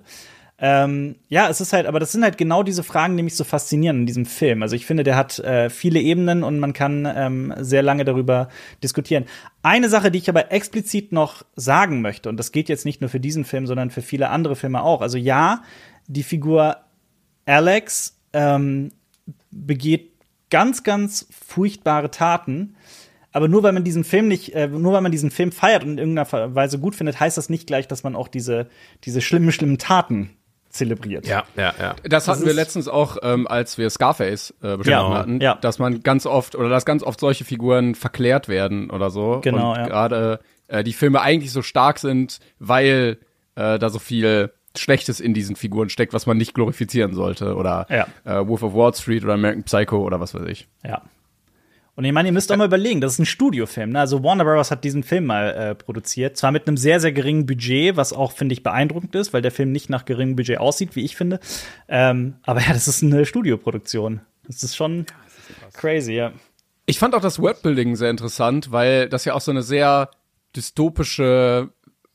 Es ist halt, aber das sind halt genau diese Fragen, die mich so faszinieren in diesem Film. Also ich finde, der hat viele Ebenen und man kann sehr lange darüber diskutieren. Eine Sache, die ich aber explizit noch sagen möchte, und das geht jetzt nicht nur für diesen Film, sondern für viele andere Filme auch. Also ja, die Figur Alex begeht ganz, ganz furchtbare Taten. Aber nur weil man diesen Film feiert und in irgendeiner Weise gut findet, heißt das nicht gleich, dass man auch diese schlimmen Taten zelebriert. Ja. Das hatten wir letztens auch, als wir Scarface besprochen hatten, dass man ganz oft solche Figuren verklärt werden oder so. Genau, und gerade die Filme eigentlich so stark sind, weil da so viel Schlechtes in diesen Figuren steckt, was man nicht glorifizieren sollte. Oder Wolf of Wall Street oder American Psycho oder was weiß ich. Ja. Und ich meine, ihr müsst auch mal überlegen, das ist ein Studiofilm, ne? Also Warner Bros. Hat diesen Film mal produziert, zwar mit einem sehr, sehr geringen Budget, was auch, finde ich, beeindruckend ist, weil der Film nicht nach geringem Budget aussieht, wie ich finde. Aber ja, das ist eine Studioproduktion. Das ist schon crazy, ja. Ich fand auch das Worldbuilding sehr interessant, weil das ja auch so eine sehr dystopische,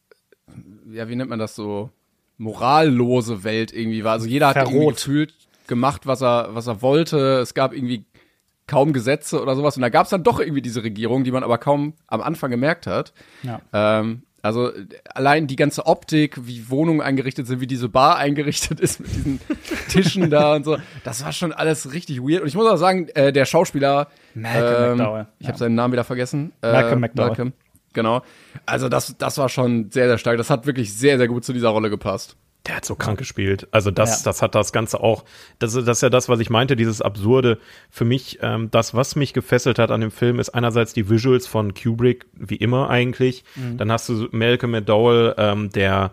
ja, wie nennt man das so, morallose Welt irgendwie war. Also jeder hat irgendwie gefühlt gemacht, was er wollte. Es gab irgendwie kaum Gesetze oder sowas. Und da gab es dann doch irgendwie diese Regierung, die man aber kaum am Anfang gemerkt hat. Ja. Also allein die ganze Optik, wie Wohnungen eingerichtet sind, wie diese Bar eingerichtet ist mit diesen Tischen da und so. Das war schon alles richtig weird. Und ich muss auch sagen, der Schauspieler Malcolm McDowell. Ich habe seinen Namen wieder vergessen. Malcolm McDowell. Genau. Also das war schon sehr, sehr stark. Das hat wirklich sehr, sehr gut zu dieser Rolle gepasst. Der hat so krank gespielt. Also das hat das Ganze auch, das ist ja das, was ich meinte, dieses Absurde. Für mich, das, was mich gefesselt hat an dem Film, ist einerseits die Visuals von Kubrick, wie immer eigentlich. Dann hast du Malcolm McDowell, der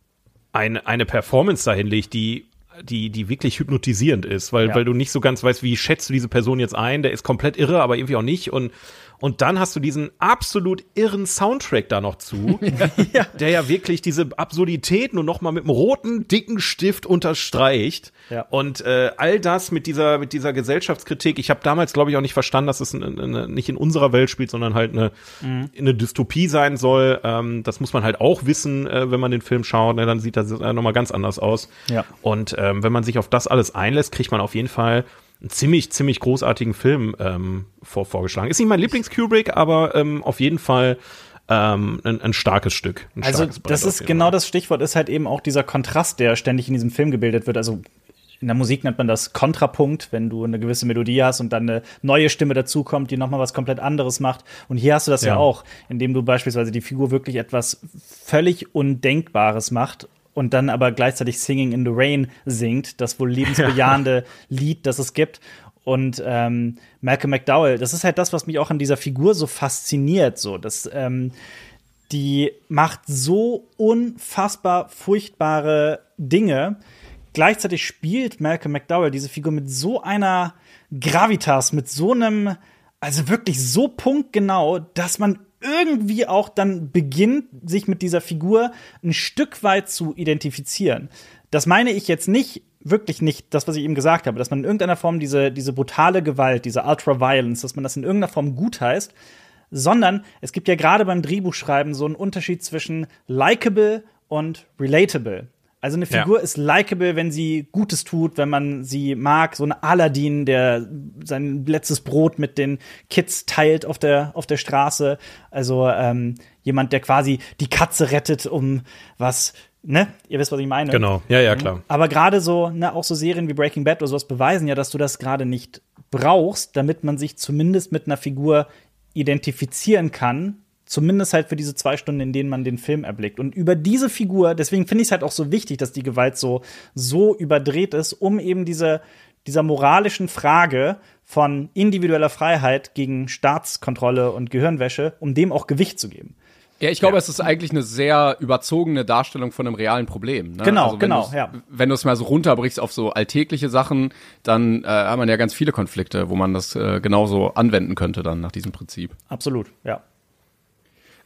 eine Performance dahin legt, die wirklich hypnotisierend ist, weil du nicht so ganz weißt, wie schätzt du diese Person jetzt ein, der ist komplett irre, aber irgendwie auch nicht und dann hast du diesen absolut irren Soundtrack da noch zu, der ja wirklich diese Absurdität nur noch mal mit einem roten, dicken Stift unterstreicht. Ja. Und all das mit dieser Gesellschaftskritik. Ich habe damals, glaube ich, auch nicht verstanden, dass es nicht in unserer Welt spielt, sondern halt eine Dystopie sein soll. Das muss man halt auch wissen, wenn man den Film schaut. Ne, dann sieht das noch mal ganz anders aus. Ja. Und wenn man sich auf das alles einlässt, kriegt man auf jeden Fall einen ziemlich großartigen Film vorgeschlagen. Ist nicht mein Lieblings-Kubrick, aber auf jeden Fall ein starkes Stück. Also das ist genau das Stichwort, ist halt eben auch dieser Kontrast, der ständig in diesem Film gebildet wird. Also in der Musik nennt man das Kontrapunkt, wenn du eine gewisse Melodie hast und dann eine neue Stimme dazukommt, die nochmal was komplett anderes macht. Und hier hast du das ja auch, indem du beispielsweise die Figur wirklich etwas völlig Undenkbares macht und dann aber gleichzeitig Singing in the Rain singt, das wohl lebensbejahende Lied, das es gibt. Und Malcolm McDowell, das ist halt das, was mich auch an dieser Figur so fasziniert. So, dass die macht so unfassbar furchtbare Dinge. Gleichzeitig spielt Malcolm McDowell diese Figur mit so einer Gravitas, mit so einem, also wirklich so punktgenau, dass man irgendwie auch dann beginnt, sich mit dieser Figur ein Stück weit zu identifizieren. Das meine ich jetzt wirklich nicht das, was ich eben gesagt habe, dass man in irgendeiner Form diese brutale Gewalt, diese Ultra-Violence, dass man das in irgendeiner Form gutheißt, sondern es gibt ja gerade beim Drehbuchschreiben so einen Unterschied zwischen likable und relatable. Also eine Figur ist likable, wenn sie Gutes tut, wenn man sie mag. So ein Aladdin, der sein letztes Brot mit den Kids teilt auf der Straße. Also jemand, der quasi die Katze rettet, um was, ne? Ihr wisst, was ich meine. Genau, ja, klar. Aber gerade so, ne, auch so Serien wie Breaking Bad oder sowas beweisen ja, dass du das gerade nicht brauchst, damit man sich zumindest mit einer Figur identifizieren kann. Zumindest halt für diese 2 Stunden, in denen man den Film erblickt. Und über diese Figur, deswegen finde ich es halt auch so wichtig, dass die Gewalt so überdreht ist, um eben dieser moralischen Frage von individueller Freiheit gegen Staatskontrolle und Gehirnwäsche, um dem auch Gewicht zu geben. Ja, ich glaube, es ist eigentlich eine sehr überzogene Darstellung von einem realen Problem. Ne? Genau, also wenn du es mal so runterbrichst auf so alltägliche Sachen, dann hat man ja ganz viele Konflikte, wo man das genauso anwenden könnte dann nach diesem Prinzip. Absolut, ja.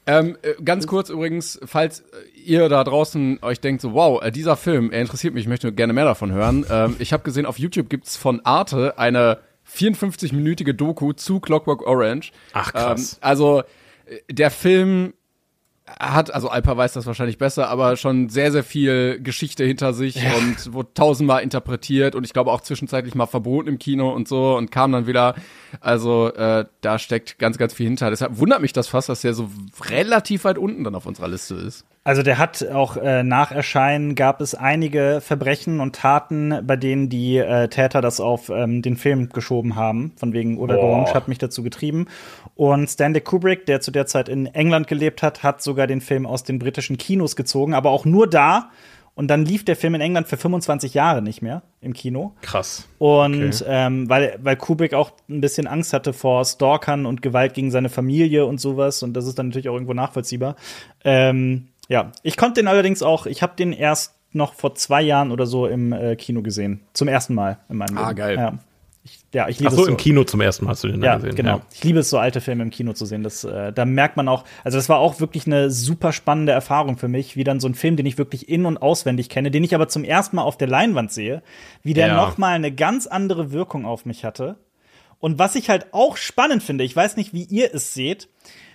Ganz kurz übrigens, falls ihr da draußen euch denkt, so wow, dieser Film, er interessiert mich, ich möchte gerne mehr davon hören. Ich habe gesehen, auf YouTube gibt's von Arte eine 54-minütige Doku zu Clockwork Orange. Ach, krass. Also der Film hat, also Alper weiß das wahrscheinlich besser, aber schon sehr, sehr viel Geschichte hinter sich und wurde tausendmal interpretiert und ich glaube auch zwischenzeitlich mal verboten im Kino und so und kam dann wieder. Also da steckt ganz, ganz viel hinter. Deshalb wundert mich das fast, dass der so relativ weit unten dann auf unserer Liste ist. Also der hat auch nach Erscheinen gab es einige Verbrechen und Taten, bei denen die Täter das auf den Film geschoben haben. Von wegen Oder Orange hat mich dazu getrieben. Und Stanley Kubrick, der zu der Zeit in England gelebt hat, hat sogar den Film aus den britischen Kinos gezogen, aber auch nur da. Und dann lief der Film in England für 25 Jahre nicht mehr im Kino. Krass. Und weil Kubrick auch ein bisschen Angst hatte vor Stalkern und Gewalt gegen seine Familie und sowas. Und das ist dann natürlich auch irgendwo nachvollziehbar. Ja, ich konnte den allerdings auch, ich habe den erst noch vor 2 Jahren oder so im Kino gesehen. Zum ersten Mal in meinem Leben. Geil. Ich liebe es so. Im Kino zum ersten Mal hast du den ja, gesehen. Genau. Ja. Ich liebe es, so alte Filme im Kino zu sehen. Da merkt man auch, also das war auch wirklich eine super spannende Erfahrung für mich, wie dann so ein Film, den ich wirklich in- und auswendig kenne, den ich aber zum ersten Mal auf der Leinwand sehe, wie der noch mal eine ganz andere Wirkung auf mich hatte. Und was ich halt auch spannend finde, ich weiß nicht, wie ihr es seht,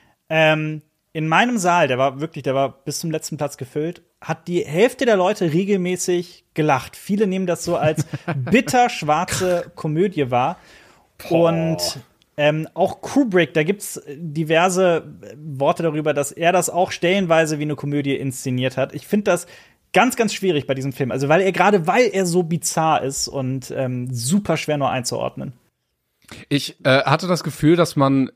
in meinem Saal, der war bis zum letzten Platz gefüllt, hat die Hälfte der Leute regelmäßig gelacht. Viele nehmen das so als bitterschwarze Komödie wahr. Und auch Kubrick, da gibt's diverse Worte darüber, dass er das auch stellenweise wie eine Komödie inszeniert hat. Ich finde das ganz, ganz schwierig bei diesem Film. Also weil er so bizarr ist und super schwer nur einzuordnen. Ich hatte das Gefühl, dass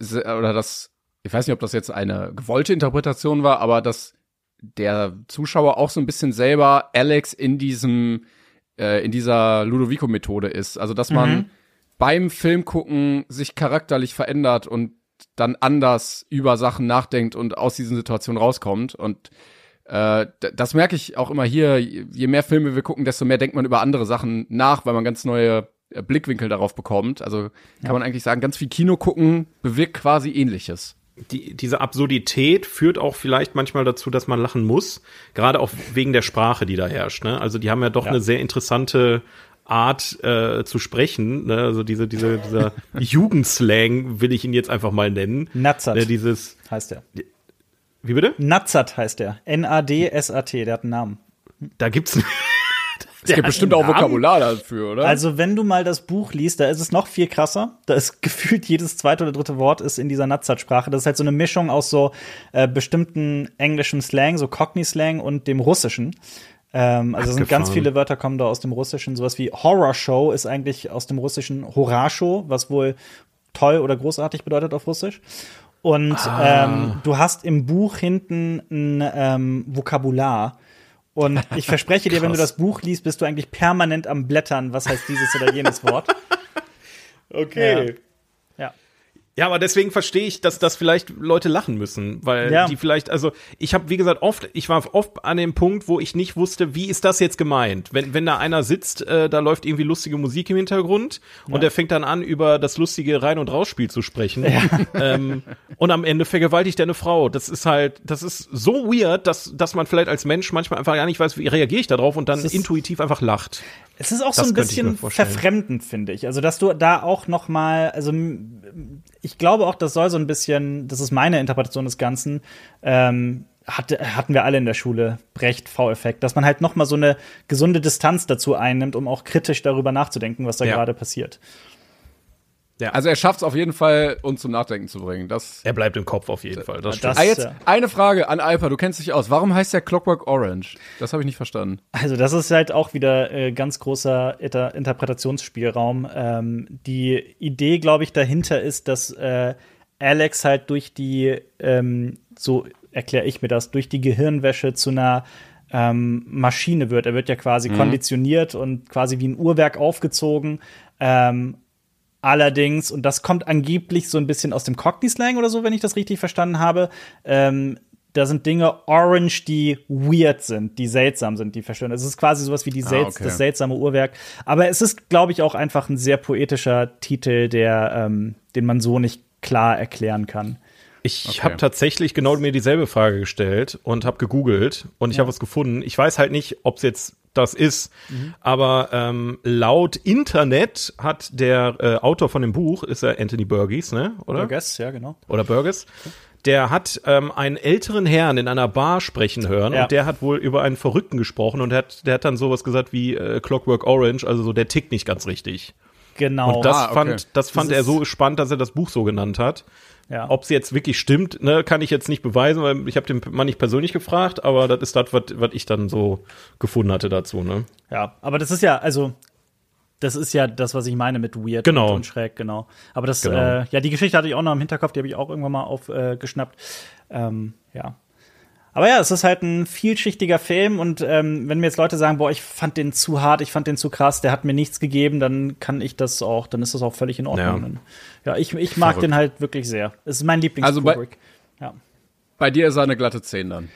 ich weiß nicht, ob das jetzt eine gewollte Interpretation war, aber dass der Zuschauer auch so ein bisschen selber Alex in dieser Ludovico-Methode ist. Also, dass man beim Film gucken sich charakterlich verändert und dann anders über Sachen nachdenkt und aus diesen Situationen rauskommt. Und das merke ich auch immer hier. Je mehr Filme wir gucken, desto mehr denkt man über andere Sachen nach, weil man ganz neue Blickwinkel darauf bekommt. Also kann man eigentlich sagen, ganz viel Kino gucken bewirkt quasi Ähnliches. Diese Absurdität führt auch vielleicht manchmal dazu, dass man lachen muss, gerade auch wegen der Sprache, die da herrscht. Ne? Also die haben ja doch eine sehr interessante Art zu sprechen. Ne? Also dieser Jugendslang will ich ihn jetzt einfach mal nennen. Natzat heißt er. Wie bitte? Natzat heißt er. N-A-D-S-A-T, der hat einen Namen. Da gibt's Es gibt bestimmt auch Vokabular dafür, oder? Also, wenn du mal das Buch liest, da ist es noch viel krasser. Da ist gefühlt jedes zweite oder dritte Wort ist in dieser Natzat-Sprache. Das ist halt so eine Mischung aus so bestimmten englischem Slang, so Cockney-Slang und dem Russischen. Also sind ganz viele Wörter kommen da aus dem Russischen. Sowas wie Horror-Show ist eigentlich aus dem Russischen Horasho, was wohl toll oder großartig bedeutet auf Russisch. Und du hast im Buch hinten ein Vokabular. Und ich verspreche dir, wenn du das Buch liest, bist du eigentlich permanent am Blättern, was heißt dieses oder jenes Wort. Okay. Ja. Ja, aber deswegen verstehe ich, dass das vielleicht Leute lachen müssen, weil die vielleicht, also ich habe, wie gesagt, ich war oft an dem Punkt, wo ich nicht wusste, wie ist das jetzt gemeint? Wenn da einer sitzt, da läuft irgendwie lustige Musik im Hintergrund und der fängt dann an, über das lustige Rein- und Rausspiel zu sprechen. Und am Ende vergewaltigt er eine Frau. Das ist so weird, dass man vielleicht als Mensch manchmal einfach gar nicht weiß, wie reagiere ich da drauf und dann intuitiv einfach lacht. Es ist auch so ein bisschen verfremdend, finde ich. Also, dass du da auch noch mal, also ich glaube auch, das soll so ein bisschen, das ist meine Interpretation des Ganzen, hatten wir alle in der Schule, Brecht, V-Effekt, dass man halt noch mal so eine gesunde Distanz dazu einnimmt, um auch kritisch darüber nachzudenken, was da gerade passiert. Ja. Also er schafft es auf jeden Fall, uns zum Nachdenken zu bringen. Er bleibt im Kopf auf jeden Fall. Das jetzt eine Frage an Alper, du kennst dich aus. Warum heißt der Clockwork Orange? Das habe ich nicht verstanden. Also das ist halt auch wieder ganz großer Interpretationsspielraum. Die Idee, glaube ich, dahinter ist, dass Alex halt durch die, so erkläre ich mir das, durch die Gehirnwäsche zu einer Maschine wird. Er wird ja quasi konditioniert und quasi wie ein Uhrwerk aufgezogen. Allerdings, und das kommt angeblich so ein bisschen aus dem Cockney-Slang oder so, wenn ich das richtig verstanden habe, da sind Dinge orange, die weird sind, die seltsam sind, die verstören. Es ist quasi sowas wie das seltsame Uhrwerk. Aber es ist, glaube ich, auch einfach ein sehr poetischer Titel, den man so nicht klar erklären kann. Ich habe tatsächlich genau mir dieselbe Frage gestellt und habe gegoogelt und ich habe was gefunden. Ich weiß halt nicht, ob es jetzt das ist, aber laut Internet hat der Autor von dem Buch, ist er Anthony Burgess, ne? Oder? Burgess, ja, genau. Oder Burgess. Der hat einen älteren Herrn in einer Bar sprechen hören und der hat wohl über einen Verrückten gesprochen und der hat dann sowas gesagt wie Clockwork Orange, also so der tickt nicht ganz richtig. Genau. Und das fand er so spannend, dass er das Buch so genannt hat. Ja. Ob es jetzt wirklich stimmt, ne, kann ich jetzt nicht beweisen, weil ich habe den Mann nicht persönlich gefragt, aber das ist das, was ich dann so gefunden hatte dazu, ne? Ja, aber das ist ja das, was ich meine mit weird und schräg, genau. Aber das, die Geschichte hatte ich auch noch im Hinterkopf, die habe ich auch irgendwann mal aufgeschnappt. Ja. Aber ja, es ist halt ein vielschichtiger Film und wenn mir jetzt Leute sagen, boah, ich fand den zu hart, ich fand den zu krass, der hat mir nichts gegeben, dann ist das auch völlig in Ordnung. Ja, ich mag den halt wirklich sehr. Es ist mein Lieblings-Kubrick. Also bei dir ist er eine glatte 10 dann?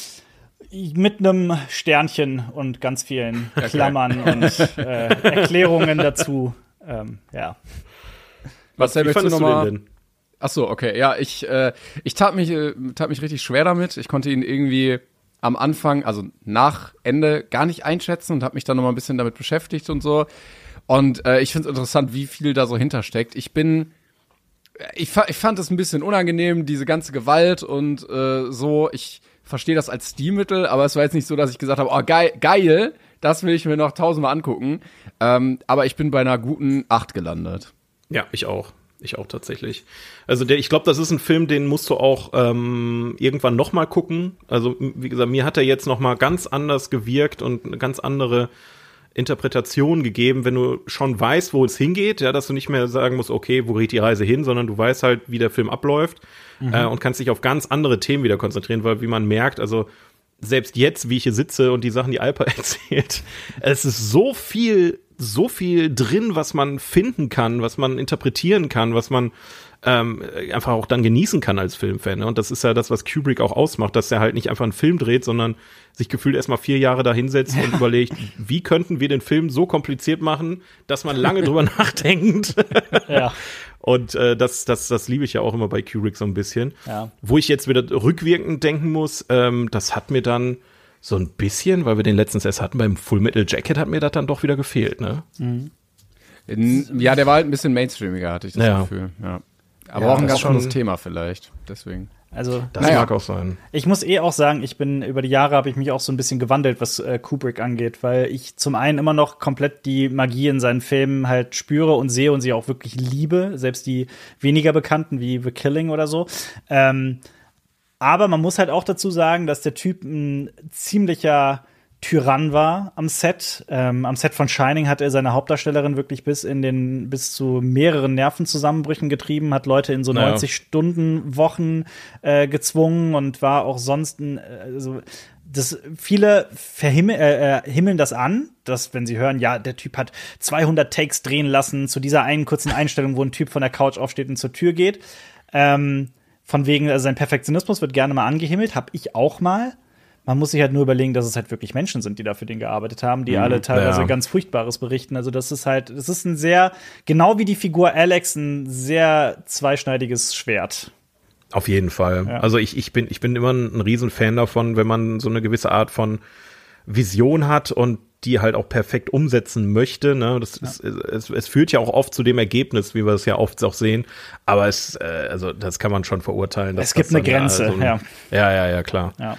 Mit einem Sternchen und ganz vielen Klammern und Erklärungen dazu. Ja. Was fandest du denn? Ach so, okay. Ja, ich tat mich richtig schwer damit. Ich konnte ihn irgendwie am Anfang, also nach Ende, gar nicht einschätzen und habe mich dann noch mal ein bisschen damit beschäftigt und so. Und ich finde es interessant, wie viel da so hintersteckt. Ich fand es ein bisschen unangenehm, diese ganze Gewalt und so. Ich verstehe das als Stilmittel, aber es war jetzt nicht so, dass ich gesagt habe, oh geil, das will ich mir noch 1000-mal angucken. Aber ich bin bei einer guten 8 gelandet. Ja, ich auch. Ich auch tatsächlich. Also ich glaube, das ist ein Film, den musst du auch irgendwann noch mal gucken. Also wie gesagt, mir hat er jetzt noch mal ganz anders gewirkt und eine ganz andere Interpretation gegeben, wenn du schon weißt, wo es hingeht, ja, dass du nicht mehr sagen musst, okay, wo geht die Reise hin, sondern du weißt halt, wie der Film abläuft und kannst dich auf ganz andere Themen wieder konzentrieren, weil wie man merkt, also selbst jetzt, wie ich hier sitze und die Sachen, die Alper erzählt, es ist so viel drin, was man finden kann, was man interpretieren kann, was man einfach auch dann genießen kann als Filmfan. Ne? Und das ist ja das, was Kubrick auch ausmacht, dass er halt nicht einfach einen Film dreht, sondern sich gefühlt erstmal 4 Jahre da hinsetzt und überlegt, wie könnten wir den Film so kompliziert machen, dass man lange drüber nachdenkt. Ja. Und das liebe ich ja auch immer bei Kubrick so ein bisschen. Ja. Wo ich jetzt wieder rückwirkend denken muss, das hat mir dann so ein bisschen, weil wir den letztens erst hatten, beim Full Metal Jacket hat mir das dann doch wieder gefehlt, ne? Mhm. Ja, der war halt ein bisschen mainstreamiger, hatte ich das Gefühl. Ja. Aber auch ein ganz anderes Thema vielleicht, deswegen. Also, das mag auch sein. Ich muss auch sagen, über die Jahre habe ich mich auch so ein bisschen gewandelt, was Kubrick angeht, weil ich zum einen immer noch komplett die Magie in seinen Filmen halt spüre und sehe und sie auch wirklich liebe, selbst die weniger bekannten wie The Killing oder so. Aber man muss halt auch dazu sagen, dass der Typ ein ziemlicher Tyrann war am Set. Am Set von Shining hat er seine Hauptdarstellerin wirklich bis zu mehreren Nervenzusammenbrüchen getrieben, hat Leute in so 90-Stunden-Wochen gezwungen und war auch sonst viele himmeln das an, dass, wenn sie hören, ja, der Typ hat 200 Takes drehen lassen zu dieser einen kurzen Einstellung, wo ein Typ von der Couch aufsteht und zur Tür geht. Von wegen, also sein Perfektionismus wird gerne mal angehimmelt, hab ich auch mal. Man muss sich halt nur überlegen, dass es halt wirklich Menschen sind, die da für den gearbeitet haben, die alle teilweise ganz Furchtbares berichten. Also das ist ein sehr, genau wie die Figur Alex, ein sehr zweischneidiges Schwert. Auf jeden Fall. Ja. Also ich bin immer ein Riesenfan davon, wenn man so eine gewisse Art von Vision hat und die halt auch perfekt umsetzen möchte. Ne? Es führt ja auch oft zu dem Ergebnis, wie wir es ja oft auch sehen. Aber also das kann man schon verurteilen. Es gibt eine Grenze, Ja, klar. Ja.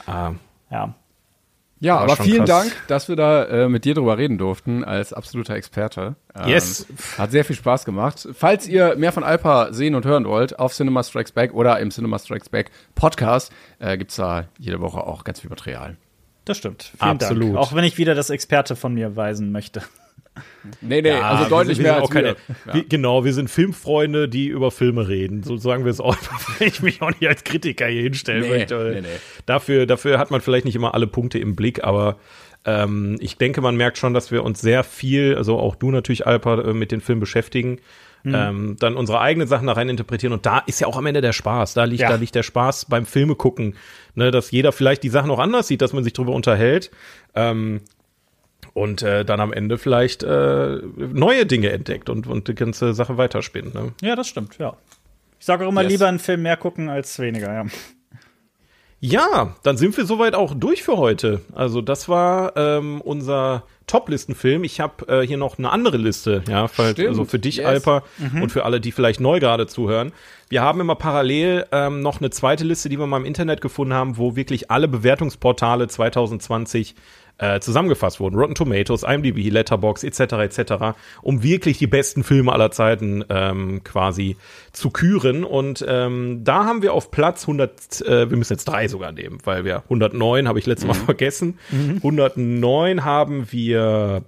Ja, aber vielen Dank, dass wir da mit dir drüber reden durften, als absoluter Experte. Yes. Hat sehr viel Spaß gemacht. Falls ihr mehr von Alper sehen und hören wollt, auf Cinema Strikes Back oder im Cinema Strikes Back Podcast, gibt's da jede Woche auch ganz viel Material. Das stimmt. Vielen Dank. Auch wenn ich wieder das Experte von mir weisen möchte. Nee, also deutlich mehr als wir. Wir sind Filmfreunde, die über Filme reden. So sagen wir es auch, wenn ich mich auch nicht als Kritiker hier hinstellen möchte. Nee. Dafür hat man vielleicht nicht immer alle Punkte im Blick, aber ich denke, man merkt schon, dass wir uns sehr viel, also auch du natürlich, Alper, mit den Filmen beschäftigen. Dann unsere eigenen Sachen da rein interpretieren und da ist ja auch am Ende der Spaß. Da liegt der Spaß beim Filme gucken, ne, dass jeder vielleicht die Sachen auch anders sieht, dass man sich drüber unterhält und dann am Ende vielleicht neue Dinge entdeckt und die ganze Sache weiterspinnt. Ne? Ja, das stimmt, ja. Ich sage auch immer, lieber einen Film mehr gucken als weniger, ja. Ja, dann sind wir soweit auch durch für heute. Also das war unser Top-Listenfilm. Ich habe hier noch eine andere Liste, ja, also für dich, Alper, und für alle, die vielleicht neu gerade zuhören. Wir haben immer parallel noch eine zweite Liste, die wir mal im Internet gefunden haben, wo wirklich alle Bewertungsportale 2020 zusammengefasst wurden. Rotten Tomatoes, IMDb, Letterboxd, etc., um wirklich die besten Filme aller Zeiten quasi zu küren. Und da haben wir auf Platz 100, wir müssen jetzt 3 sogar nehmen, weil wir 109 habe ich letztes Mal vergessen. 109 haben wir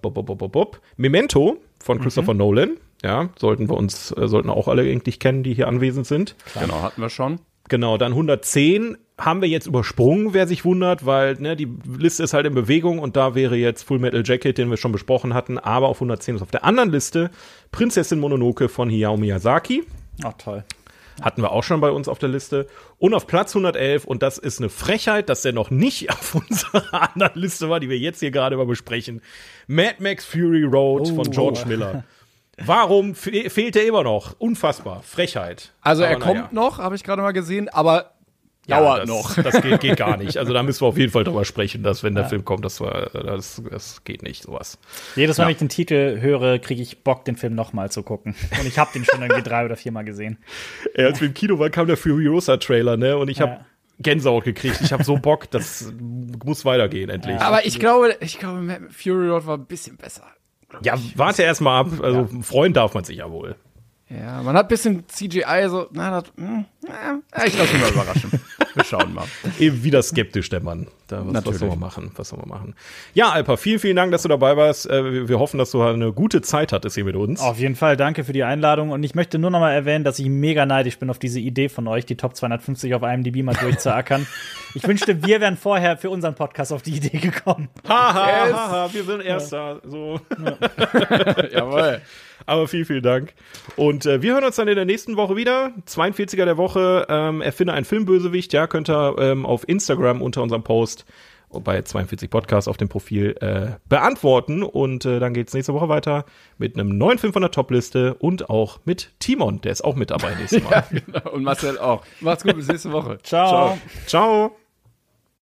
Memento von Christopher Nolan. Ja, sollten auch alle eigentlich kennen, die hier anwesend sind. Klar. Genau, hatten wir schon. Genau, dann 110 haben wir jetzt übersprungen, wer sich wundert, weil die Liste ist halt in Bewegung und da wäre jetzt Full Metal Jacket, den wir schon besprochen hatten, aber auf 110 ist auf der anderen Liste Prinzessin Mononoke von Hayao Miyazaki. Ach, toll. Hatten wir auch schon bei uns auf der Liste. Und auf Platz 111, und das ist eine Frechheit, dass der noch nicht auf unserer anderen Liste war, die wir jetzt hier gerade mal besprechen, Mad Max Fury Road von George Miller. Warum fehlt er immer noch? Unfassbar. Frechheit. Also er kommt noch, habe ich gerade mal gesehen, aber dauert noch. Das geht gar nicht. Also da müssen wir auf jeden Fall drüber sprechen, dass wenn der Film kommt, das geht nicht, sowas. Jedes Mal, wenn ich den Titel höre, kriege ich Bock, den Film nochmal zu gucken. Und ich habe den schon irgendwie 3 oder 4 Mal gesehen. Als wir im Kino waren, kam der Furiosa-Trailer, ne? Und ich habe Gänsehaut gekriegt. Ich habe so Bock, das muss weitergehen endlich. Aber ich glaube, Fury Road war ein bisschen besser. Ja, warte erst mal ab. Also freuen darf man sich ja wohl. Ja, man hat ein bisschen CGI so, ich lasse mich mal überraschen. Wir schauen mal. Eben wieder skeptisch, der Mann. Was soll man machen? Ja, Alper, vielen, vielen Dank, dass du dabei warst. Wir hoffen, dass du eine gute Zeit hattest hier mit uns. Auf jeden Fall, danke für die Einladung. Und ich möchte nur noch mal erwähnen, dass ich mega neidisch bin auf diese Idee von euch, die Top 250 auf IMDb mal durchzuackern. Ich wünschte, wir wären vorher für unseren Podcast auf die Idee gekommen. Haha, wir sind Erster. So. Jawohl. Aber vielen, vielen Dank. Und wir hören uns dann in der nächsten Woche wieder. 42er der Woche. Erfinde einen Filmbösewicht. Ja, könnt ihr auf Instagram unter unserem Post bei 42 Podcast auf dem Profil beantworten. Und dann geht's nächste Woche weiter mit einem neuen 500 Top-Liste und auch mit Timon. Der ist auch mit dabei nächstes Mal. Ja, genau. Und Marcel auch. Macht's gut, bis nächste Woche. Ciao. Ciao.